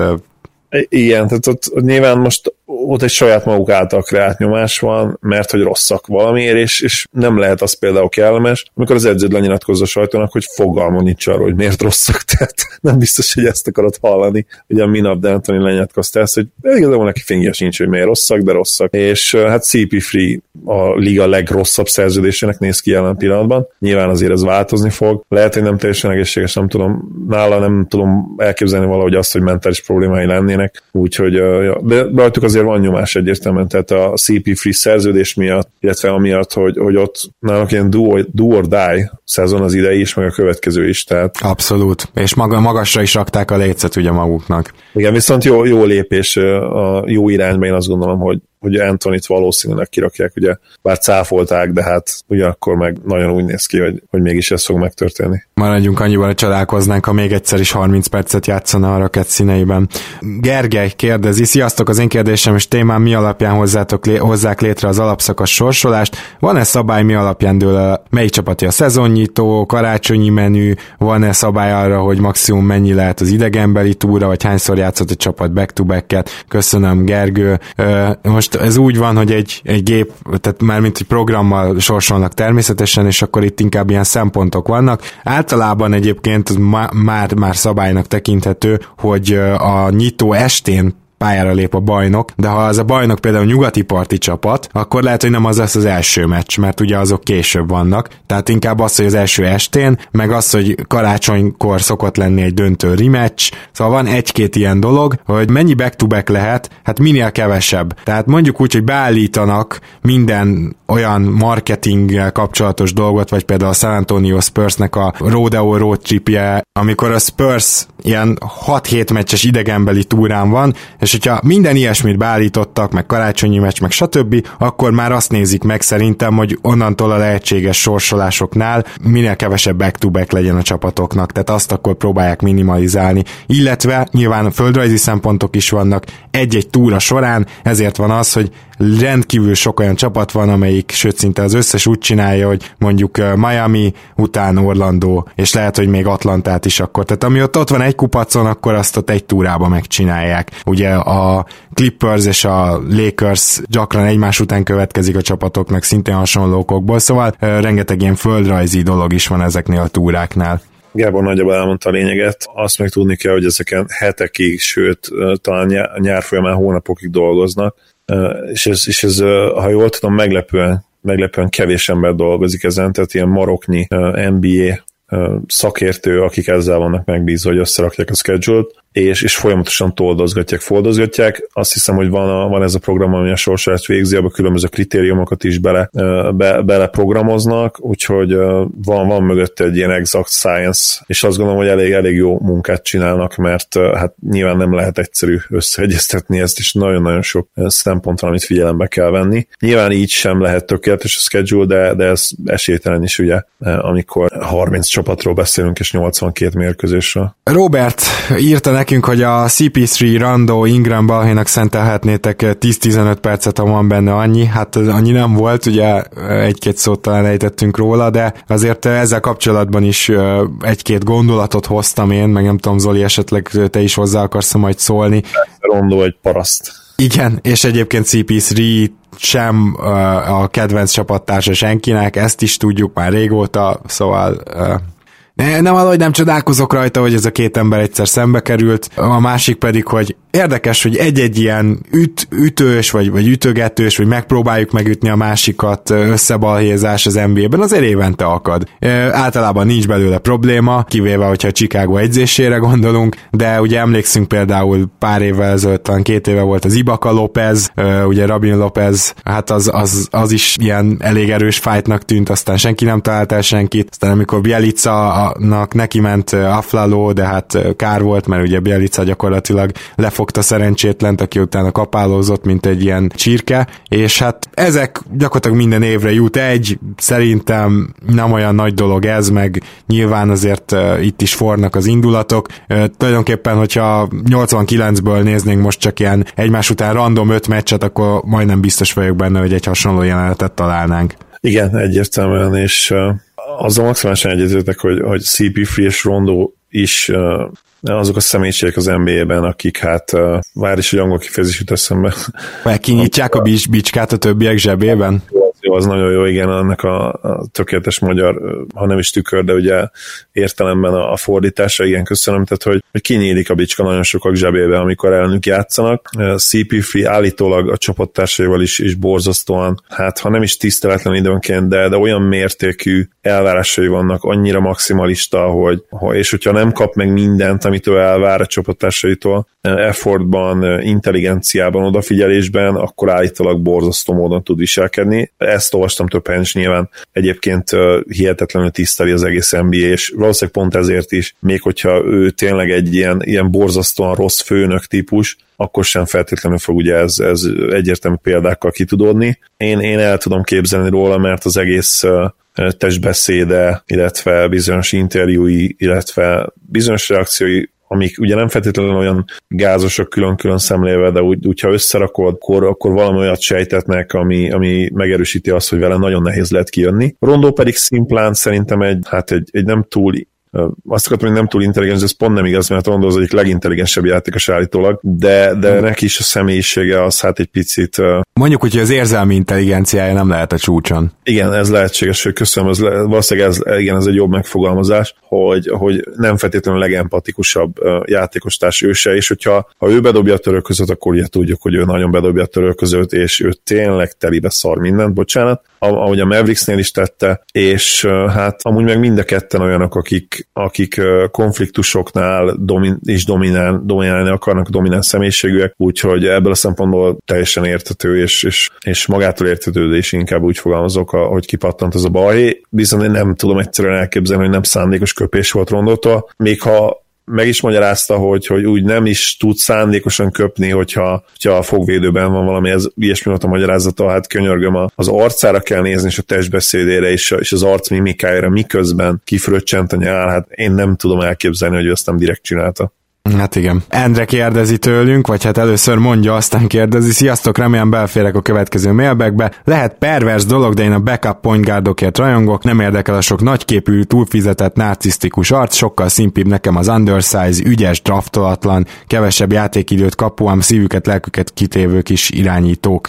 Igen, tehát ott nyilván most ott egy saját maguk által kreált nyomás van, mert hogy rosszak valamiért, és nem lehet az például kellemes, amikor az edződ lenyilatkozza a sajtónak, hogy fogalma nincs arról, hogy miért rosszak, tehát nem biztos, hogy ezt akarod hallani. Ugye a minap D'Antoni lenyilatkozta ezt, hogy igazából neki fingja sincs, hogy miért rosszak, de rosszak. És hát CP3 a liga legrosszabb szerződésének néz ki jelen pillanatban. Nyilván azért ez változni fog. Lehet, hogy nem teljesen egészséges, nem tudom, nála nem tudom elképzelni valahogy azt, hogy mentális problémái lennének, úgyhogy de rajtuk azért van nyomás egyértelműen, tehát a CP3 szerződés miatt, illetve amiatt, hogy ott náluk ilyen do or die szezon az idei is, meg a következő is, tehát... Abszolút, és magasra is rakták a lécet ugye maguknak. Igen, viszont jó lépés a jó irányba, én azt gondolom, hogy Anthony-t valószínűleg kirakják, ugye, bár cáfolták, de hát ugyanakkor meg nagyon úgy néz ki, hogy mégis ez fog megtörténni. Maradjunk annyival, hogy csodálkoznánk, ha még egyszer is 30 percet játszana a Rocket színeiben. Gergely kérdezi, sziasztok, az én kérdésem és témám mi alapján hozzák létre az alapszakasz sorsolást? Van-e szabály, mi alapján dől melyik csapati a szezonnyitó, karácsonyi menü, van-e szabály arra, hogy maximum mennyi lehet az idegenbeli túra, vagy hányszor játszott a csapat back-to-backet? Köszönöm, Gergő. Most ez úgy van, hogy egy gép, tehát már mint egy programmal sorsolnak természetesen, és akkor itt inkább ilyen szempontok vannak. Általában egyébként már szabálynak tekinthető, hogy a nyitó estén pályára lép a bajnok, de ha az a bajnok például nyugati parti csapat, akkor lehet, hogy nem az lesz az első meccs, mert ugye azok később vannak. Tehát inkább az, hogy az első estén, meg az, hogy karácsonykor szokott lenni egy döntő rematch. Szóval van egy-két ilyen dolog, hogy mennyi back-to-back lehet, hát minél kevesebb. Tehát mondjuk úgy, hogy beállítanak minden olyan marketinggel kapcsolatos dolgot, vagy például a San Antonio Spursnek a Rodeo Road Tripje, amikor a Spurs ilyen 6-7 meccses idegenbeli túrán van, és hogyha minden ilyesmit beállítottak, meg karácsonyi meccs, meg stb., akkor már azt nézik meg szerintem, hogy onnantól a lehetséges sorsolásoknál minél kevesebb back-to-back legyen a csapatoknak, tehát azt akkor próbálják minimalizálni. Illetve nyilván földrajzi szempontok is vannak egy-egy túra során, ezért van az, hogy rendkívül sok olyan csapat van, amelyik, sőt szinte az összes úgy csinálja, hogy mondjuk Miami, után Orlando, és lehet, hogy még Atlantát is akkor. Tehát ami ott van egy kupacon, akkor azt ott egy túrába megcsinálják. Ugye a Clippers és a Lakers gyakran egymás után következik a csapatoknak szintén hasonló okokból, szóval rengeteg ilyen földrajzi dolog is van ezeknél a túráknál. Gábor nagyjából elmondta a lényeget, azt meg tudni kell, hogy ezeken hetekig, sőt talán nyár folyamán hónapokig dolgoznak, és ez, ha jól tudom, meglepően kevés ember dolgozik ezen, tehát ilyen maroknyi NBA szakértő, akik ezzel vannak megbízva, hogy összerakják a schedule-t, és folyamatosan foldozgatják. Azt hiszem, hogy van ez a program, ami a sorsolást végzi, abban különböző kritériumokat is beleprogramoznak, úgyhogy van mögötte egy ilyen exact science, és azt gondolom, hogy elég jó munkát csinálnak, mert hát nyilván nem lehet egyszerű összeegyeztetni ezt, és nagyon-nagyon sok szempont van, amit figyelembe kell venni. Nyilván így sem lehet tökéletes a schedule, de ez esélytelen is, ugye, amikor 30 csapatról beszélünk, és 82 mérkőzésről. Robert írta nekünk, hogy a CP3 Rando Ingram balhénak szentelhetnétek 10-15 percet, ha van benne annyi. Hát annyi nem volt, ugye egy-két szót talán ejtettünk róla, de azért ezzel kapcsolatban is egy-két gondolatot hoztam én, meg nem tudom, Zoli, esetleg te is hozzá akarsz majd szólni. Rando egy paraszt. Igen, és egyébként CP3 sem a kedvenc csapattársa senkinek, ezt is tudjuk már régóta, szóval... Nem valahogy nem csodálkozok rajta, hogy ez a két ember egyszer szembe került, a másik pedig, hogy érdekes, hogy egy-egy ilyen ütős, vagy ütögetős, vagy megpróbáljuk megütni a másikat összebalhézás az NBA-ben, azért évente akad. Általában nincs belőle probléma, kivéve, hogyha a Chicago edzésére gondolunk, de ugye emlékszünk például pár évvel ezelőtt, talán 2 éve volt az Ibaka Lopez, ugye Rabin Lopez, hát az is ilyen elég erős fightnak tűnt, aztán senki nem talált el senkit, aztán amikor Bjelica-nak neki ment Aflalo, de hát kár volt, mert ugye Bjelica gyakorlatilag lefogta szerencsétlent, aki utána kapálózott, mint egy ilyen csirke, és hát ezek gyakorlatilag minden évre jut egy, szerintem nem olyan nagy dolog ez, meg nyilván azért itt is fornak az indulatok. Tulajdonképpen, hogyha 89-ből néznénk most csak ilyen egymás után random 5 meccset, akkor majdnem biztos vagyok benne, hogy egy hasonló jelenetet találnánk. Igen, egyértelműen, és azzal maximálisan egyetértek, hogy CP3 és Rondo is azok a személyiségek az NBA-ben, akik hát vár is, hogy angol kifejezés jut eszembe. Kinyitják a bicskát a többiek zsebében? Jó, az nagyon jó, igen, ennek a tökéletes magyar, ha nem is tükör, de ugye értelemben a fordítása, igen, köszönöm, tehát hogy kinyílik a bicska nagyon sokak zsebébe, amikor ellenük játszanak. CP3 állítólag a csapattársaival is borzasztóan, hát ha nem is tiszteletlen időnként, de olyan mértékű elvárásai vannak, annyira maximalista, és hogyha nem kap meg mindent, amit ő elvár a csapattársaitól, effortban, intelligenciában, odafigyelésben, akkor állítólag borzasztó módon tud viselkedni. Ezt olvastam több helyen, és nyilván egyébként hihetetlenül tiszteli az egész NBA, és valószínűleg pont ezért is, még hogyha ő tényleg egy ilyen borzasztóan rossz főnök típus, akkor sem feltétlenül fog ugye ez egyértelmű példákkal kitudódni. Én el tudom képzelni róla, mert az egész testbeszéde, illetve bizonyos interjúi, illetve bizonyos reakciói, amik ugye nem feltétlenül olyan gázosok külön-külön szemlélve, de úgy ha összerakod, akkor valami olyat sejtetnek, ami megerősíti azt, hogy vele nagyon nehéz lehet kijönni. Rondo pedig szimplán szerintem egy nem túl, azt akartam, hogy nem túl intelligens, ez pont nem igaz, mert Rondo az egyik legintelligensebb játékos állítólag, de neki is a személyisége az hát egy picit... Mondjuk, hogy az érzelmi intelligenciája nem lehet a csúcson. Igen, ez lehetséges, hogy köszönöm, valószínűleg ez egy jobb megfogalmazás, hogy nem feltétlenül a legempatikusabb játékostárs őse, és hogyha ő bedobja a törölközőt, akkor ugye tudjuk, hogy ő nagyon bedobja a törölközőt, és ő tényleg telibe szar mindent, bocsánat, ahogy a Mavericksnél is tette, és hát amúgy meg mind a ketten olyanok, akik konfliktusoknál dominálni akarnak, domináns személyiségűek, úgyhogy ebből a szempontból teljesen érthető, és magától értetődő, és inkább úgy fogalmazok, hogy kipattant az a balhé. Viszont én nem tudom egyszerűen elképzelni, hogy nem szándékos köpés volt Rondótól, még ha meg is magyarázta, hogy úgy nem is tud szándékosan köpni, hogyha a fogvédőben van valami, ez ilyesmi volt a magyarázata, hát könyörgöm, az arcára kell nézni, és a testbeszédére, és az arc mimikájára, miközben kifröccsent a nyál, hát én nem tudom elképzelni, hogy ő ezt nem direkt csinálta. Hát igen. Endre kérdezi tőlünk, vagy hát először mondja, aztán kérdezi. Sziasztok, remélem belférek a következő mailbackbe. Lehet pervers dolog, de én a backup point guardokért rajongok, nem érdekel a sok nagyképű, túlfizetett, narcisztikus arc, sokkal szimpibb nekem az undersize, ügyes, draftolatlan, kevesebb játékidőt kapó, ám szívüket, lelküket kitévő kis irányítók.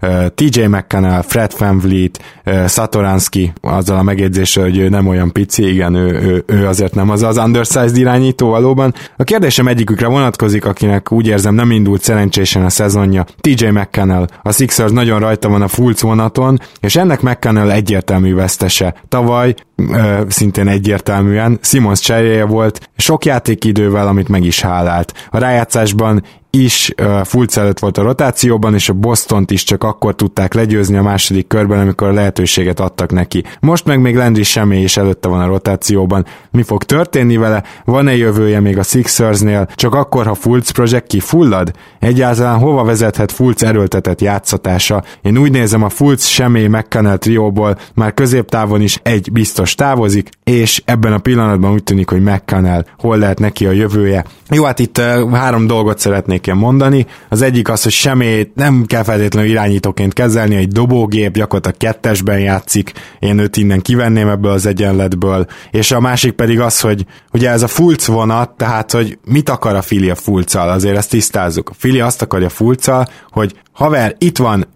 TJ McConnell, Fred VanVleet, Satoransky, azzal a megjegyzéssel, hogy ő nem olyan pici, igen, ő azért nem az undersized irányító valóban. A kérdésem egyikükre vonatkozik, akinek úgy érzem nem indult szerencsésen a szezonja. TJ McConnell. A Sixers nagyon rajta van a Fultz vonaton, és ennek McConnell egyértelmű vesztese. Tavaly szintén egyértelműen Simmons cseréje volt, sok játékidővel, amit meg is hálált. A rájátszásban is Fultz előtt volt a rotációban, és a Bostont is csak akkor tudták legyőzni a második körben, amikor a lehetőséget adtak neki. Most meg még Landry Shamet is előtte van a rotációban. Mi fog történni vele? Van-e jövője még a Sixersnél? Csak akkor, ha Fultz projekt kifullad? Egyáltalán hova vezethet Fultz erőltetett játszatása? Én úgy nézem, a Fultz Shamet McConnell trióból már középtávon is egy biztos távozik, és ebben a pillanatban úgy tűnik, hogy McConnell hol lehet neki a jövője. Jó, hát itt 3 dolgot szeretnék mondani. Az egyik az, hogy Shamet nem kell feltétlenül irányítóként kezelni, egy dobógép, gyakorlatilag 2-esben játszik, én őt innen kivenném ebből az egyenletből, és a másik pedig az, hogy ugye ez a Fultz vonat, tehát, hogy mit akar a Philly a Fultzzal, azért ezt tisztázzuk. A Philly azt akarja Fultzzal, hogy haver, itt van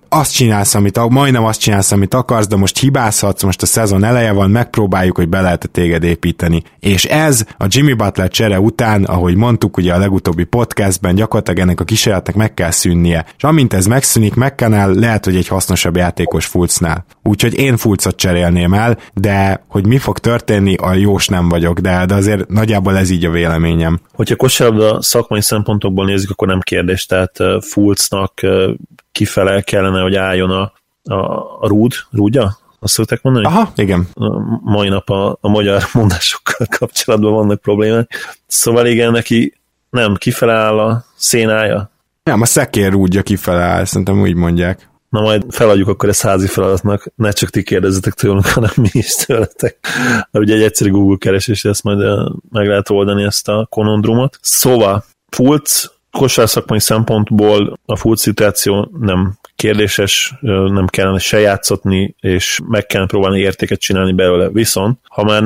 majdnem azt csinálsz, amit akarsz, de most hibázhatsz, most a szezon eleje van, megpróbáljuk, hogy be lehet téged építeni. És ez a Jimmy Butler csere után, ahogy mondtuk ugye a legutóbbi podcastben, gyakorlatilag ennek a kísérletnek meg kell szűnnie. És amint ez megszűnik, McConnell lehet, hogy egy hasznosabb játékos Fultznál. Úgyhogy én Fultzot cserélném el, de hogy mi fog történni, a jós nem vagyok, de azért nagyjából ez így a véleményem. Hogyha kosárlabda szakmai szempontokból nézzük, akkor nem kérdés, tehát Fultznak kifele kellene, hogy álljon a rúdja? Azt szokták mondani? Aha, igen. Mai nap a magyar mondásokkal kapcsolatban vannak problémák. Szóval igen, neki nem kifele áll a szénája. Nem, a szekér rúdja kifele áll, szerintem úgy mondják. Na majd feladjuk akkor ezt házi feladatnak, ne csak ti kérdezzetek tőlünk, hanem mi is tőletek. Mert ugye egy egyszerű Google keresés, ezt majd meg lehet oldani ezt a konundrumot. Szóval, Fultz kosárszakmai szempontból a Fultz szituáció nem kérdéses, nem kellene se játszatni, és meg kellene próbálni értéket csinálni belőle. Viszont, ha már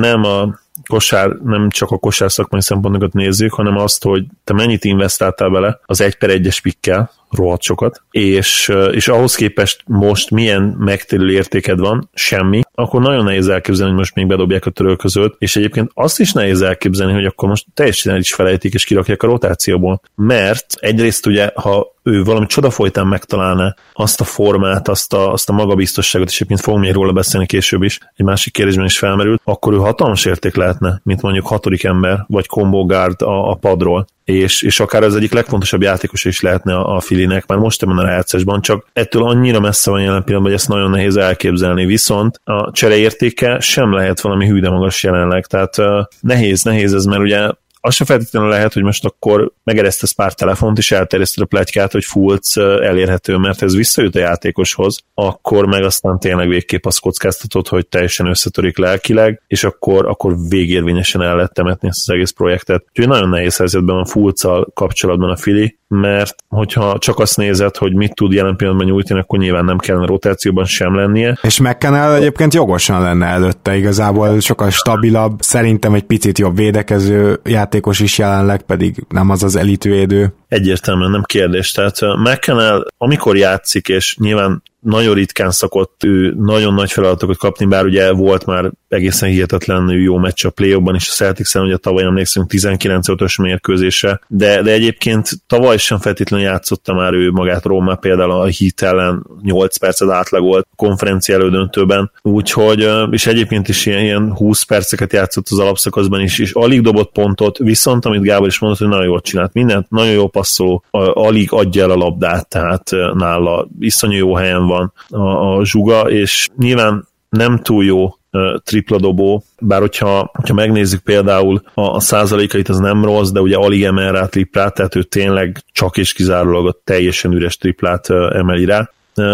nem csak a kosár szakmai szempontokat nézzük, hanem azt, hogy te mennyit investáltál bele az 1/1-es pikkel, rohadt sokat, és ahhoz képest most milyen megtérülő értéked van, semmi, akkor nagyon nehéz elképzelni, hogy most még bedobják a törölközőt, és egyébként azt is nehéz elképzelni, hogy akkor most teljesen el is felejtik, és kirakják a rotációból. Mert egyrészt ugye, ha ő valami csoda folytán megtalálná azt a formát, azt a magabiztosságot, és egyébként fogunk még róla beszélni később is, egy másik kérdésben is felmerült, akkor ő hatalmas érték lehetne, mint mondjuk 6. ember, vagy combo guard a padról. És akár az egyik legfontosabb játékos is lehetne a Phillynek, már most ebben a rájátszásban, csak ettől annyira messze van jelen pillanatban, hogy ezt nagyon nehéz elképzelni, viszont a csereértéke sem lehet valami hű de magas jelenleg, tehát nehéz ez, mert ugye az sem feltétlenül lehet, hogy most akkor megeresztesz pár telefont, és elterjeszted a pletykát, hogy Fultz elérhető, mert ez visszajut a játékoshoz, akkor meg aztán tényleg végképp azt kockáztatod, hogy teljesen összetörik lelkileg, és akkor végérvényesen el lehet temetni ezt az egész projektet. Úgyhogy nagyon nehéz helyzetben van Fultzzal kapcsolatban a Philly, mert hogyha csak azt nézed, hogy mit tud jelen pillanatban nyújtani, akkor nyilván nem kellene rotációban sem lennie. És McConnell egyébként jogosan lenne előtte, igazából sokkal stabilabb, szerintem egy picit jobb védekező játékos is jelenleg, pedig nem az elitvédő. Egyértelműen nem kérdés. Tehát McConnell, amikor játszik, és nyilván nagyon ritkán szokott ő nagyon nagy feladatokat kapni, bár ugye volt már egészen hihetetlenül jó meccs a play-offban, és a Celtics-en ugye tavaly emlékszünk 19-5-ös mérkőzése, de egyébként tavaly sem feltétlenül játszotta már ő magát Róma, például a Heat ellen 8 percet átlagolt a konferencia elődöntőben, úgyhogy, és egyébként is ilyen 20 perceket játszott az alapszakaszban is, és alig dobott pontot, viszont amit Gábor is mondott, hogy nagyon jól csinált mindent, nagyon jó passzoló, alig adja el a labdát, tehát nála iszonyú jó helyen van a zsuga, és nyilván nem túl jó tripladobó, bár hogyha megnézzük például a százalékait, az nem rossz, de ugye alig emel rá triplát, tehát ő tényleg csak és kizárólag a teljesen üres triplát emeli rá.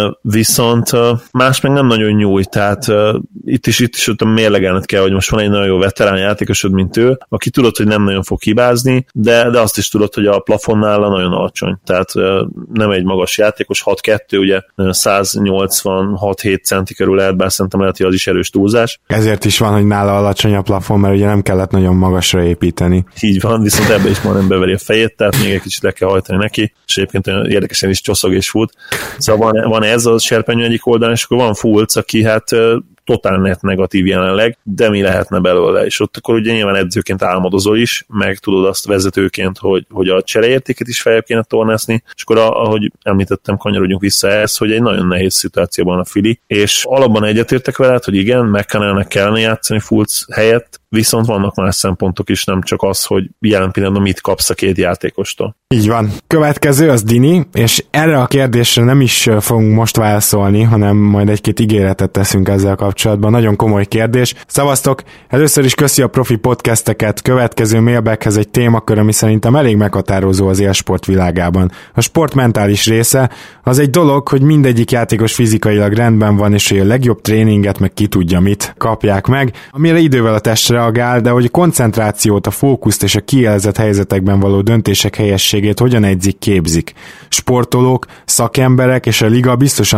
Viszont más meg nem nagyon nyújt, tehát itt is ott mérlegelned kell, hogy most van egy nagyon jó veterán játékosod, mint ő, aki tudod, hogy nem nagyon fog hibázni, de azt is tudod, hogy a plafonnál nagyon alacsony, tehát nem egy magas játékos, 6'2", ugye 186-7 centi körül lehet, bár szerintem lehet, hogy az is erős túlzás. Ezért is van, hogy nála alacsony a plafon, mert ugye nem kellett nagyon magasra építeni. Így van, viszont ebbe is majdnem beveri a fejét, tehát még egy kicsit le kell hajtani neki, és egyébként érdekesen is csoszog és fut. Szóval van ez a serpenyő egyik oldalán, és akkor van Fultz, aki hát totál net negatív jelenleg, de mi lehetne belőle, és ott akkor ugye nyilván edzőként álmodozol is, meg tudod azt vezetőként, hogy a csereértéket is feljebb kéne tornászni, és akkor ahogy említettem, kanyarodjunk vissza ehhez, hogy egy nagyon nehéz szituációban a Philly, és alapban egyetértek veled, hogy igen, McConnellnek kellene játszani Fultz helyett, viszont vannak más szempontok is, nem csak az, hogy jelen pillanatban mit kapsz a két játékostól. Így van. Következő az Dini, és erre a kérdésre nem is fogunk most válaszolni, hanem majd egy-két ígéretet teszünk ezzel kapcsolatban. Nagyon komoly kérdés. Szavaztok! Először is köszi a profi podcasteket. Következő mailbackhez egy témakör, ami szerintem elég meghatározó az élsport világában. A sport mentális része az egy dolog, hogy mindegyik játékos fizikailag rendben van, és hogy a legjobb tréninget meg ki tudja mit kapják meg, amire idővel a test reagál, de hogy a koncentrációt, a fókuszt és a kiélezett helyzetekben való döntések helyességét hogyan edzik, képzik. Sportolók, szakemberek és a liga biztosan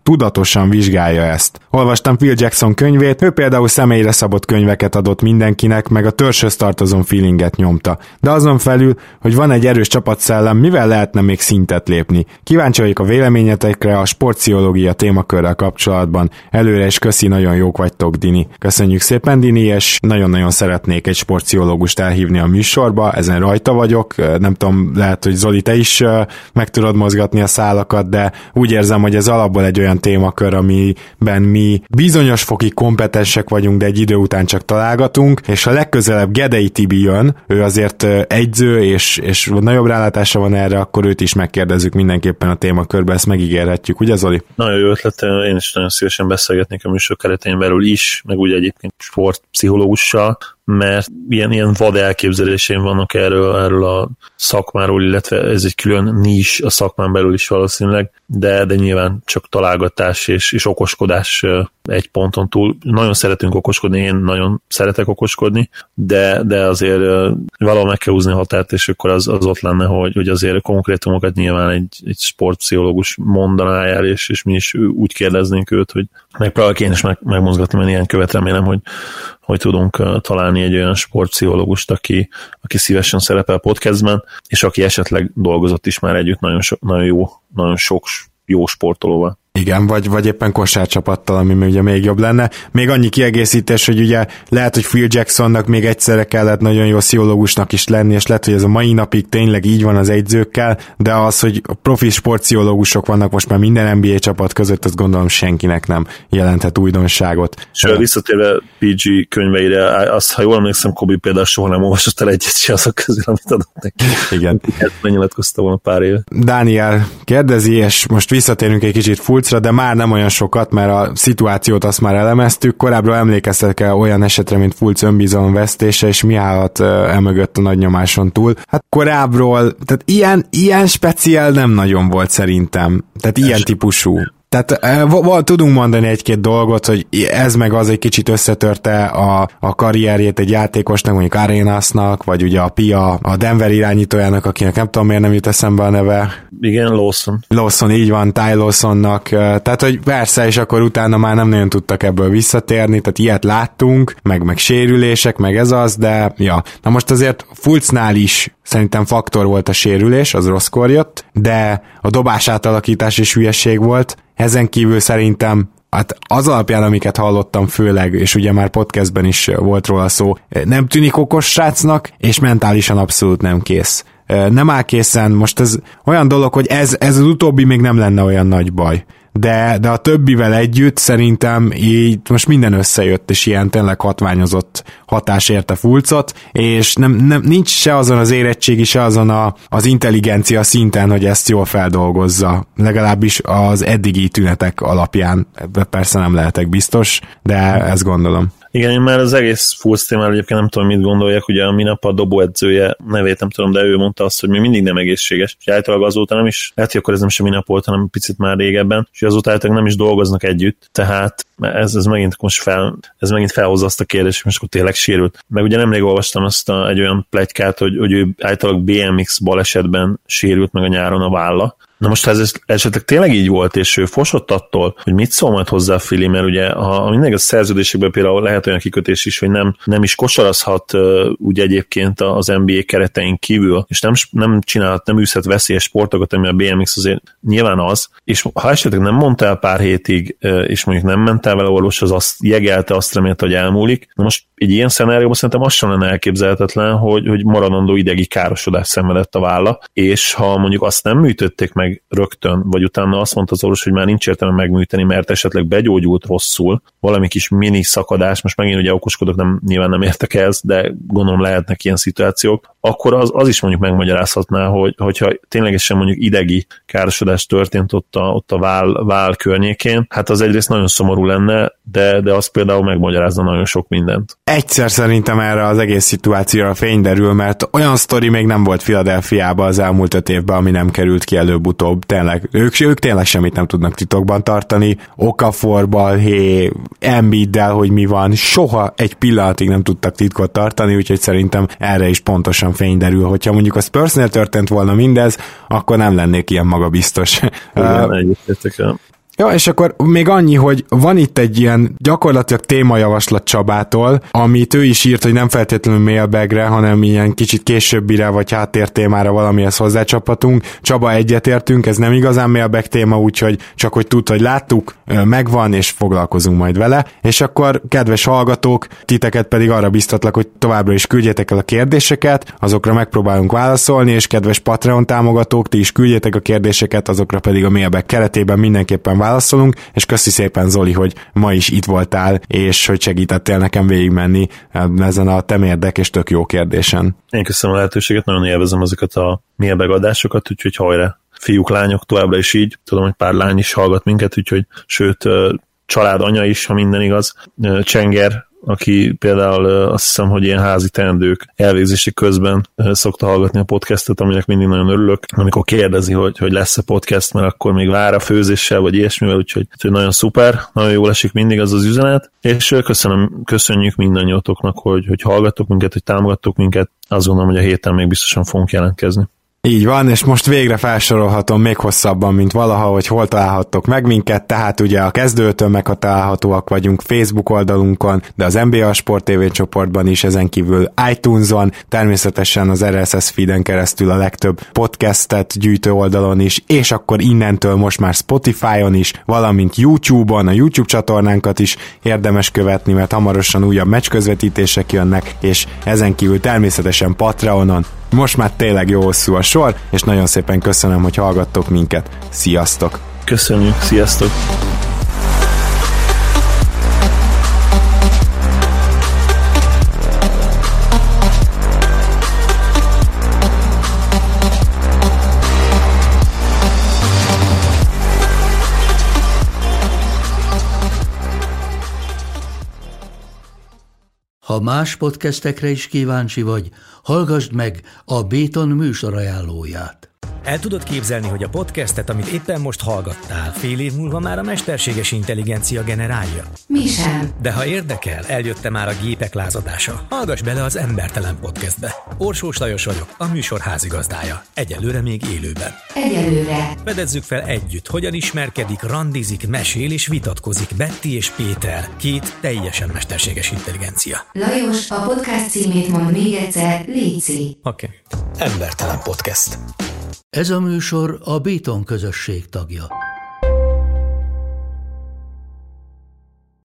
tudatosan vizsgálja ezt. Olvastam Phil Jackson könyvét, ő például személyre szabott könyveket adott mindenkinek, meg a törzshöz tartozó feelinget nyomta. De azon felül, hogy van egy erős csapatszellem, mivel lehetne még szintet lépni? Kíváncsi vagyok a véleményetekre a sportpszichológia témakörrel kapcsolatban. Előre is köszi, nagyon jók vagytok, Dini. Köszönjük szépen, Dini, és nagyon-nagyon szeretnék egy sportpszichológust elhívni a műsorba, ezen rajta vagyok, nem tudom, lehet, hogy Zoli, te is meg tudod mozgatni a szálakat, de úgy érzem, hogy ez alapból egy olyan témakör, amiben mi bizonyos fokig kompetensek vagyunk, de egy idő után csak találgatunk, és ha legközelebb Gedei Tibi jön, ő azért egyző, és nagyobb rálátása van erre, akkor őt is megkérdezzük mindenképpen a témakörbe, ezt megígérhetjük, ugye Zoli? Nagyon jó ötlet, én is nagyon szívesen beszélgetnék a műsor keretén belül is, meg úgy egyébként sportpszichológussal, mert ilyen vad elképzeléseim vannak erről a szakmáról, illetve ez egy külön nis a szakmán belül is valószínűleg, de nyilván csak találgatás és okoskodás egy ponton túl. Nagyon szeretünk okoskodni, én nagyon szeretek okoskodni, de azért valahol meg kell húzni a határt, és akkor az ott lenne, hogy azért konkrétumokat nyilván egy sportpszichológus mondaná el, és mi is úgy kérdeznénk őt, hogy megpróbálok én is megmozgatni, mert ilyen követ remélem, hogy tudunk találni egy olyan sportpszichológust, aki szívesen szerepel podcastben, és aki esetleg dolgozott is már együtt nagyon sok jó sportolóval. Igen, vagy éppen kosárcsapattal, ami ugye még jobb lenne. Még annyi kiegészítés, hogy ugye lehet, hogy Phil Jacksonnak még egyszerre kellett nagyon jó pszichológusnak is lenni, és lehet, hogy ez a mai napig tényleg így van az egyzőkkel, de az, hogy profi sportpszichológusok vannak most már minden NBA csapat között, azt gondolom senkinek nem jelenthet újdonságot. És visszatérve PG könyveire, azt, ha jól emlékszem, Kobe például soha nem olvasott el egyet se azok közül, amit adott neki. Igen. Ezt megnyilatkozta volna pár éve. Dániel kérdezi, és most visszatérünk egy kicsit Fulcra, de már nem olyan sokat, mert a szituációt azt már elemeztük. Korábban emlékeztek-e olyan esetre, mint Fulc önbizalom vesztése, és mi állhat emögött a nagy nyomáson túl? Hát korábbról, tehát ilyen speciál nem nagyon volt szerintem. Tehát ilyen típusú. Tehát tudunk mondani egy-két dolgot, hogy ez meg az egy kicsit összetörte a karrierjét egy játékosnak, mondjuk Arenasnak, vagy ugye a Pia, a Denver irányítójának, akinek nem tudom miért nem jut eszembe a neve. Igen, Lawson, így van, Ty Lawsonnak. Tehát, hogy persze, és akkor utána már nem nagyon tudtak ebből visszatérni, tehát ilyet láttunk, meg sérülések, meg ez az, de ja. Na most azért Fulcnál is szerintem faktor volt a sérülés, az rosszkor jött, de a dobás átalakítás is hülyeség volt. Ezen kívül szerintem hát az alapján, amiket hallottam főleg, és ugye már podcastben is volt róla szó, nem tűnik okos srácnak, és mentálisan abszolút nem kész. Nem áll készen, most ez olyan dolog, hogy ez az utóbbi még nem lenne olyan nagy baj. De a többivel együtt szerintem így most minden összejött, és ilyen tényleg hatványozott hatás érte Fulcot, és nincs se azon az érettségi, se azon az intelligencia szinten, hogy ezt jól feldolgozza. Legalábbis az eddigi tünetek alapján. Ebben persze nem lehetek biztos, de ezt gondolom. Igen, én már az egész Fulc témáról egyébként nem tudom, mit gondolják, ugye a minap a dobóedzője, nevét nem tudom, de ő mondta azt, hogy még mindig nem egészséges, és általában azóta nem is, lehet, hogy akkor ez nem sem minap volt, hanem picit már régebben, és azóta általában nem is dolgoznak együtt, tehát ez megint most felhozza azt a kérdést, hogy most akkor tényleg sérült. Meg ugye nemrég olvastam egy olyan pletykát, hogy ő általában BMX balesetben sérült meg a nyáron a válla. Na most, ha ez esetleg tényleg így volt, és ő fosott attól, hogy mit szól majd hozzá a Fili, mert ugye ha mindenki a szerződésekben például lehet olyan kikötés is, hogy nem is kosarazhat ugye egyébként az NBA keretein kívül, és nem űzhet veszélyes sportokat, ami a BMX azért nyilván az, és ha esetleg nem mondta el pár hétig, és mondjuk nem ment el vele orvos, az azt jegelte, azt remélte, hogy elmúlik. Na most egy ilyen szenárióban szerintem az sem lenne elképzelhetetlen, hogy maradandó idegi károsodást szenvedett a válla, és ha mondjuk azt nem műtötték meg rögtön, vagy utána azt mondta az orvos, hogy már nincs értelme megműteni, mert esetleg begyógyult rosszul, valami kis mini szakadás, most megint ugye okoskodok, nyilván nem értek ez, de gondolom lehetnek ilyen szituációk, akkor az is mondjuk megmagyarázhatná, hogyha ténylegesen mondjuk idegi károsodás történt ott a váll környékén, hát az egyrészt nagyon szomorú lenne, de az például megmagyarázna nagyon sok mindent. Egyszer szerintem erre az egész szituációra fény derül, mert olyan sztori még nem volt Philadelphiában az elmúlt 5 évben, ami nem került ki előbb-utóbb. Tényleg, ők tényleg semmit nem tudnak titokban tartani. Okafor, balhé, Embiiddel, hogy mi van, soha egy pillanatig nem tudtak titkot tartani, úgyhogy szerintem erre is pontosan fény derül. Hogyha mondjuk a Spursnél történt volna mindez, akkor nem lennék ilyen magabiztos. Igen, egyébként. Jó, és akkor még annyi, hogy van itt egy ilyen gyakorlatilag témajavaslat Csabától, amit ő is írt, hogy nem feltétlenül mailbagre, hanem ilyen kicsit későbbire, vagy háttértémára valamihez hozzácsaphatunk. Csaba, egyetértünk, ez nem igazán mailbag téma, úgyhogy csak hogy tudd, hogy láttuk, megvan, és foglalkozunk majd vele. És akkor, kedves hallgatók, titeket pedig arra biztatlak, hogy továbbra is küldjétek el a kérdéseket, azokra megpróbálunk válaszolni, és kedves Patreon támogatók, ti is küldjétek a kérdéseket, azokra pedig a mailbag keretében mindenképpen válaszolunk, és köszi szépen, Zoli, hogy ma is itt voltál, és hogy segítettél nekem végigmenni ezen a temérdek és tök jó kérdésen. Én köszönöm a lehetőséget, nagyon élvezem ezeket a mailbag adásokat, úgyhogy hajrá! Fiúk, lányok, továbbra is így. Tudom, hogy pár lány is hallgat minket, úgyhogy sőt, család anya is, ha minden igaz. Csenger, aki például azt hiszem, hogy ilyen házi teendők elvégzési közben szokta hallgatni a podcastet, aminek mindig nagyon örülök, amikor kérdezi, hogy lesz-e podcast, mert akkor még vár a főzéssel, vagy ilyesmivel, úgyhogy nagyon szuper, nagyon jól esik mindig az üzenet, és köszönjük mindannyiatoknak, hogy hallgattok minket, hogy támogattok minket. Azt gondolom, hogy a héten még biztosan fogunk jelentkezni. Így van, és most végre felsorolhatom még hosszabban, mint valaha, hogy hol találhattok meg minket, tehát ugye a Kezdőtől megtalálhatóak vagyunk Facebook oldalunkon, de az NBA Sport TV csoportban is, ezen kívül iTunes-on, természetesen az RSS feeden keresztül a legtöbb podcastet gyűjtő oldalon is, és akkor innentől most már Spotify-on is, valamint YouTube-on, a YouTube csatornánkat is érdemes követni, mert hamarosan újabb meccsközvetítések jönnek, és ezen kívül természetesen Patreonon. Most már tényleg jó hosszú a sor, és nagyon szépen köszönöm, hogy hallgattok minket. Sziasztok! Köszönjük, sziasztok! Ha más podcastekre is kíváncsi vagy, hallgassd meg a Béton műsor ajánlóját. El tudod képzelni, hogy a podcastet, amit éppen most hallgattál, fél év múlva már a mesterséges intelligencia generálja? Mi sem. De ha érdekel, eljött már a gépek lázadása. Hallgass bele az Embertelen Podcastbe. Orsós Lajos vagyok, a műsor házigazdája. Egyelőre még élőben. Egyelőre. Fedezzük fel együtt, hogyan ismerkedik, randizik, mesél és vitatkozik Betty és Péter, két teljesen mesterséges intelligencia. Lajos, a podcast címét mond még egyszer, léci. Oké. Embertelen Podcast. Ez a műsor a Béton közösség tagja.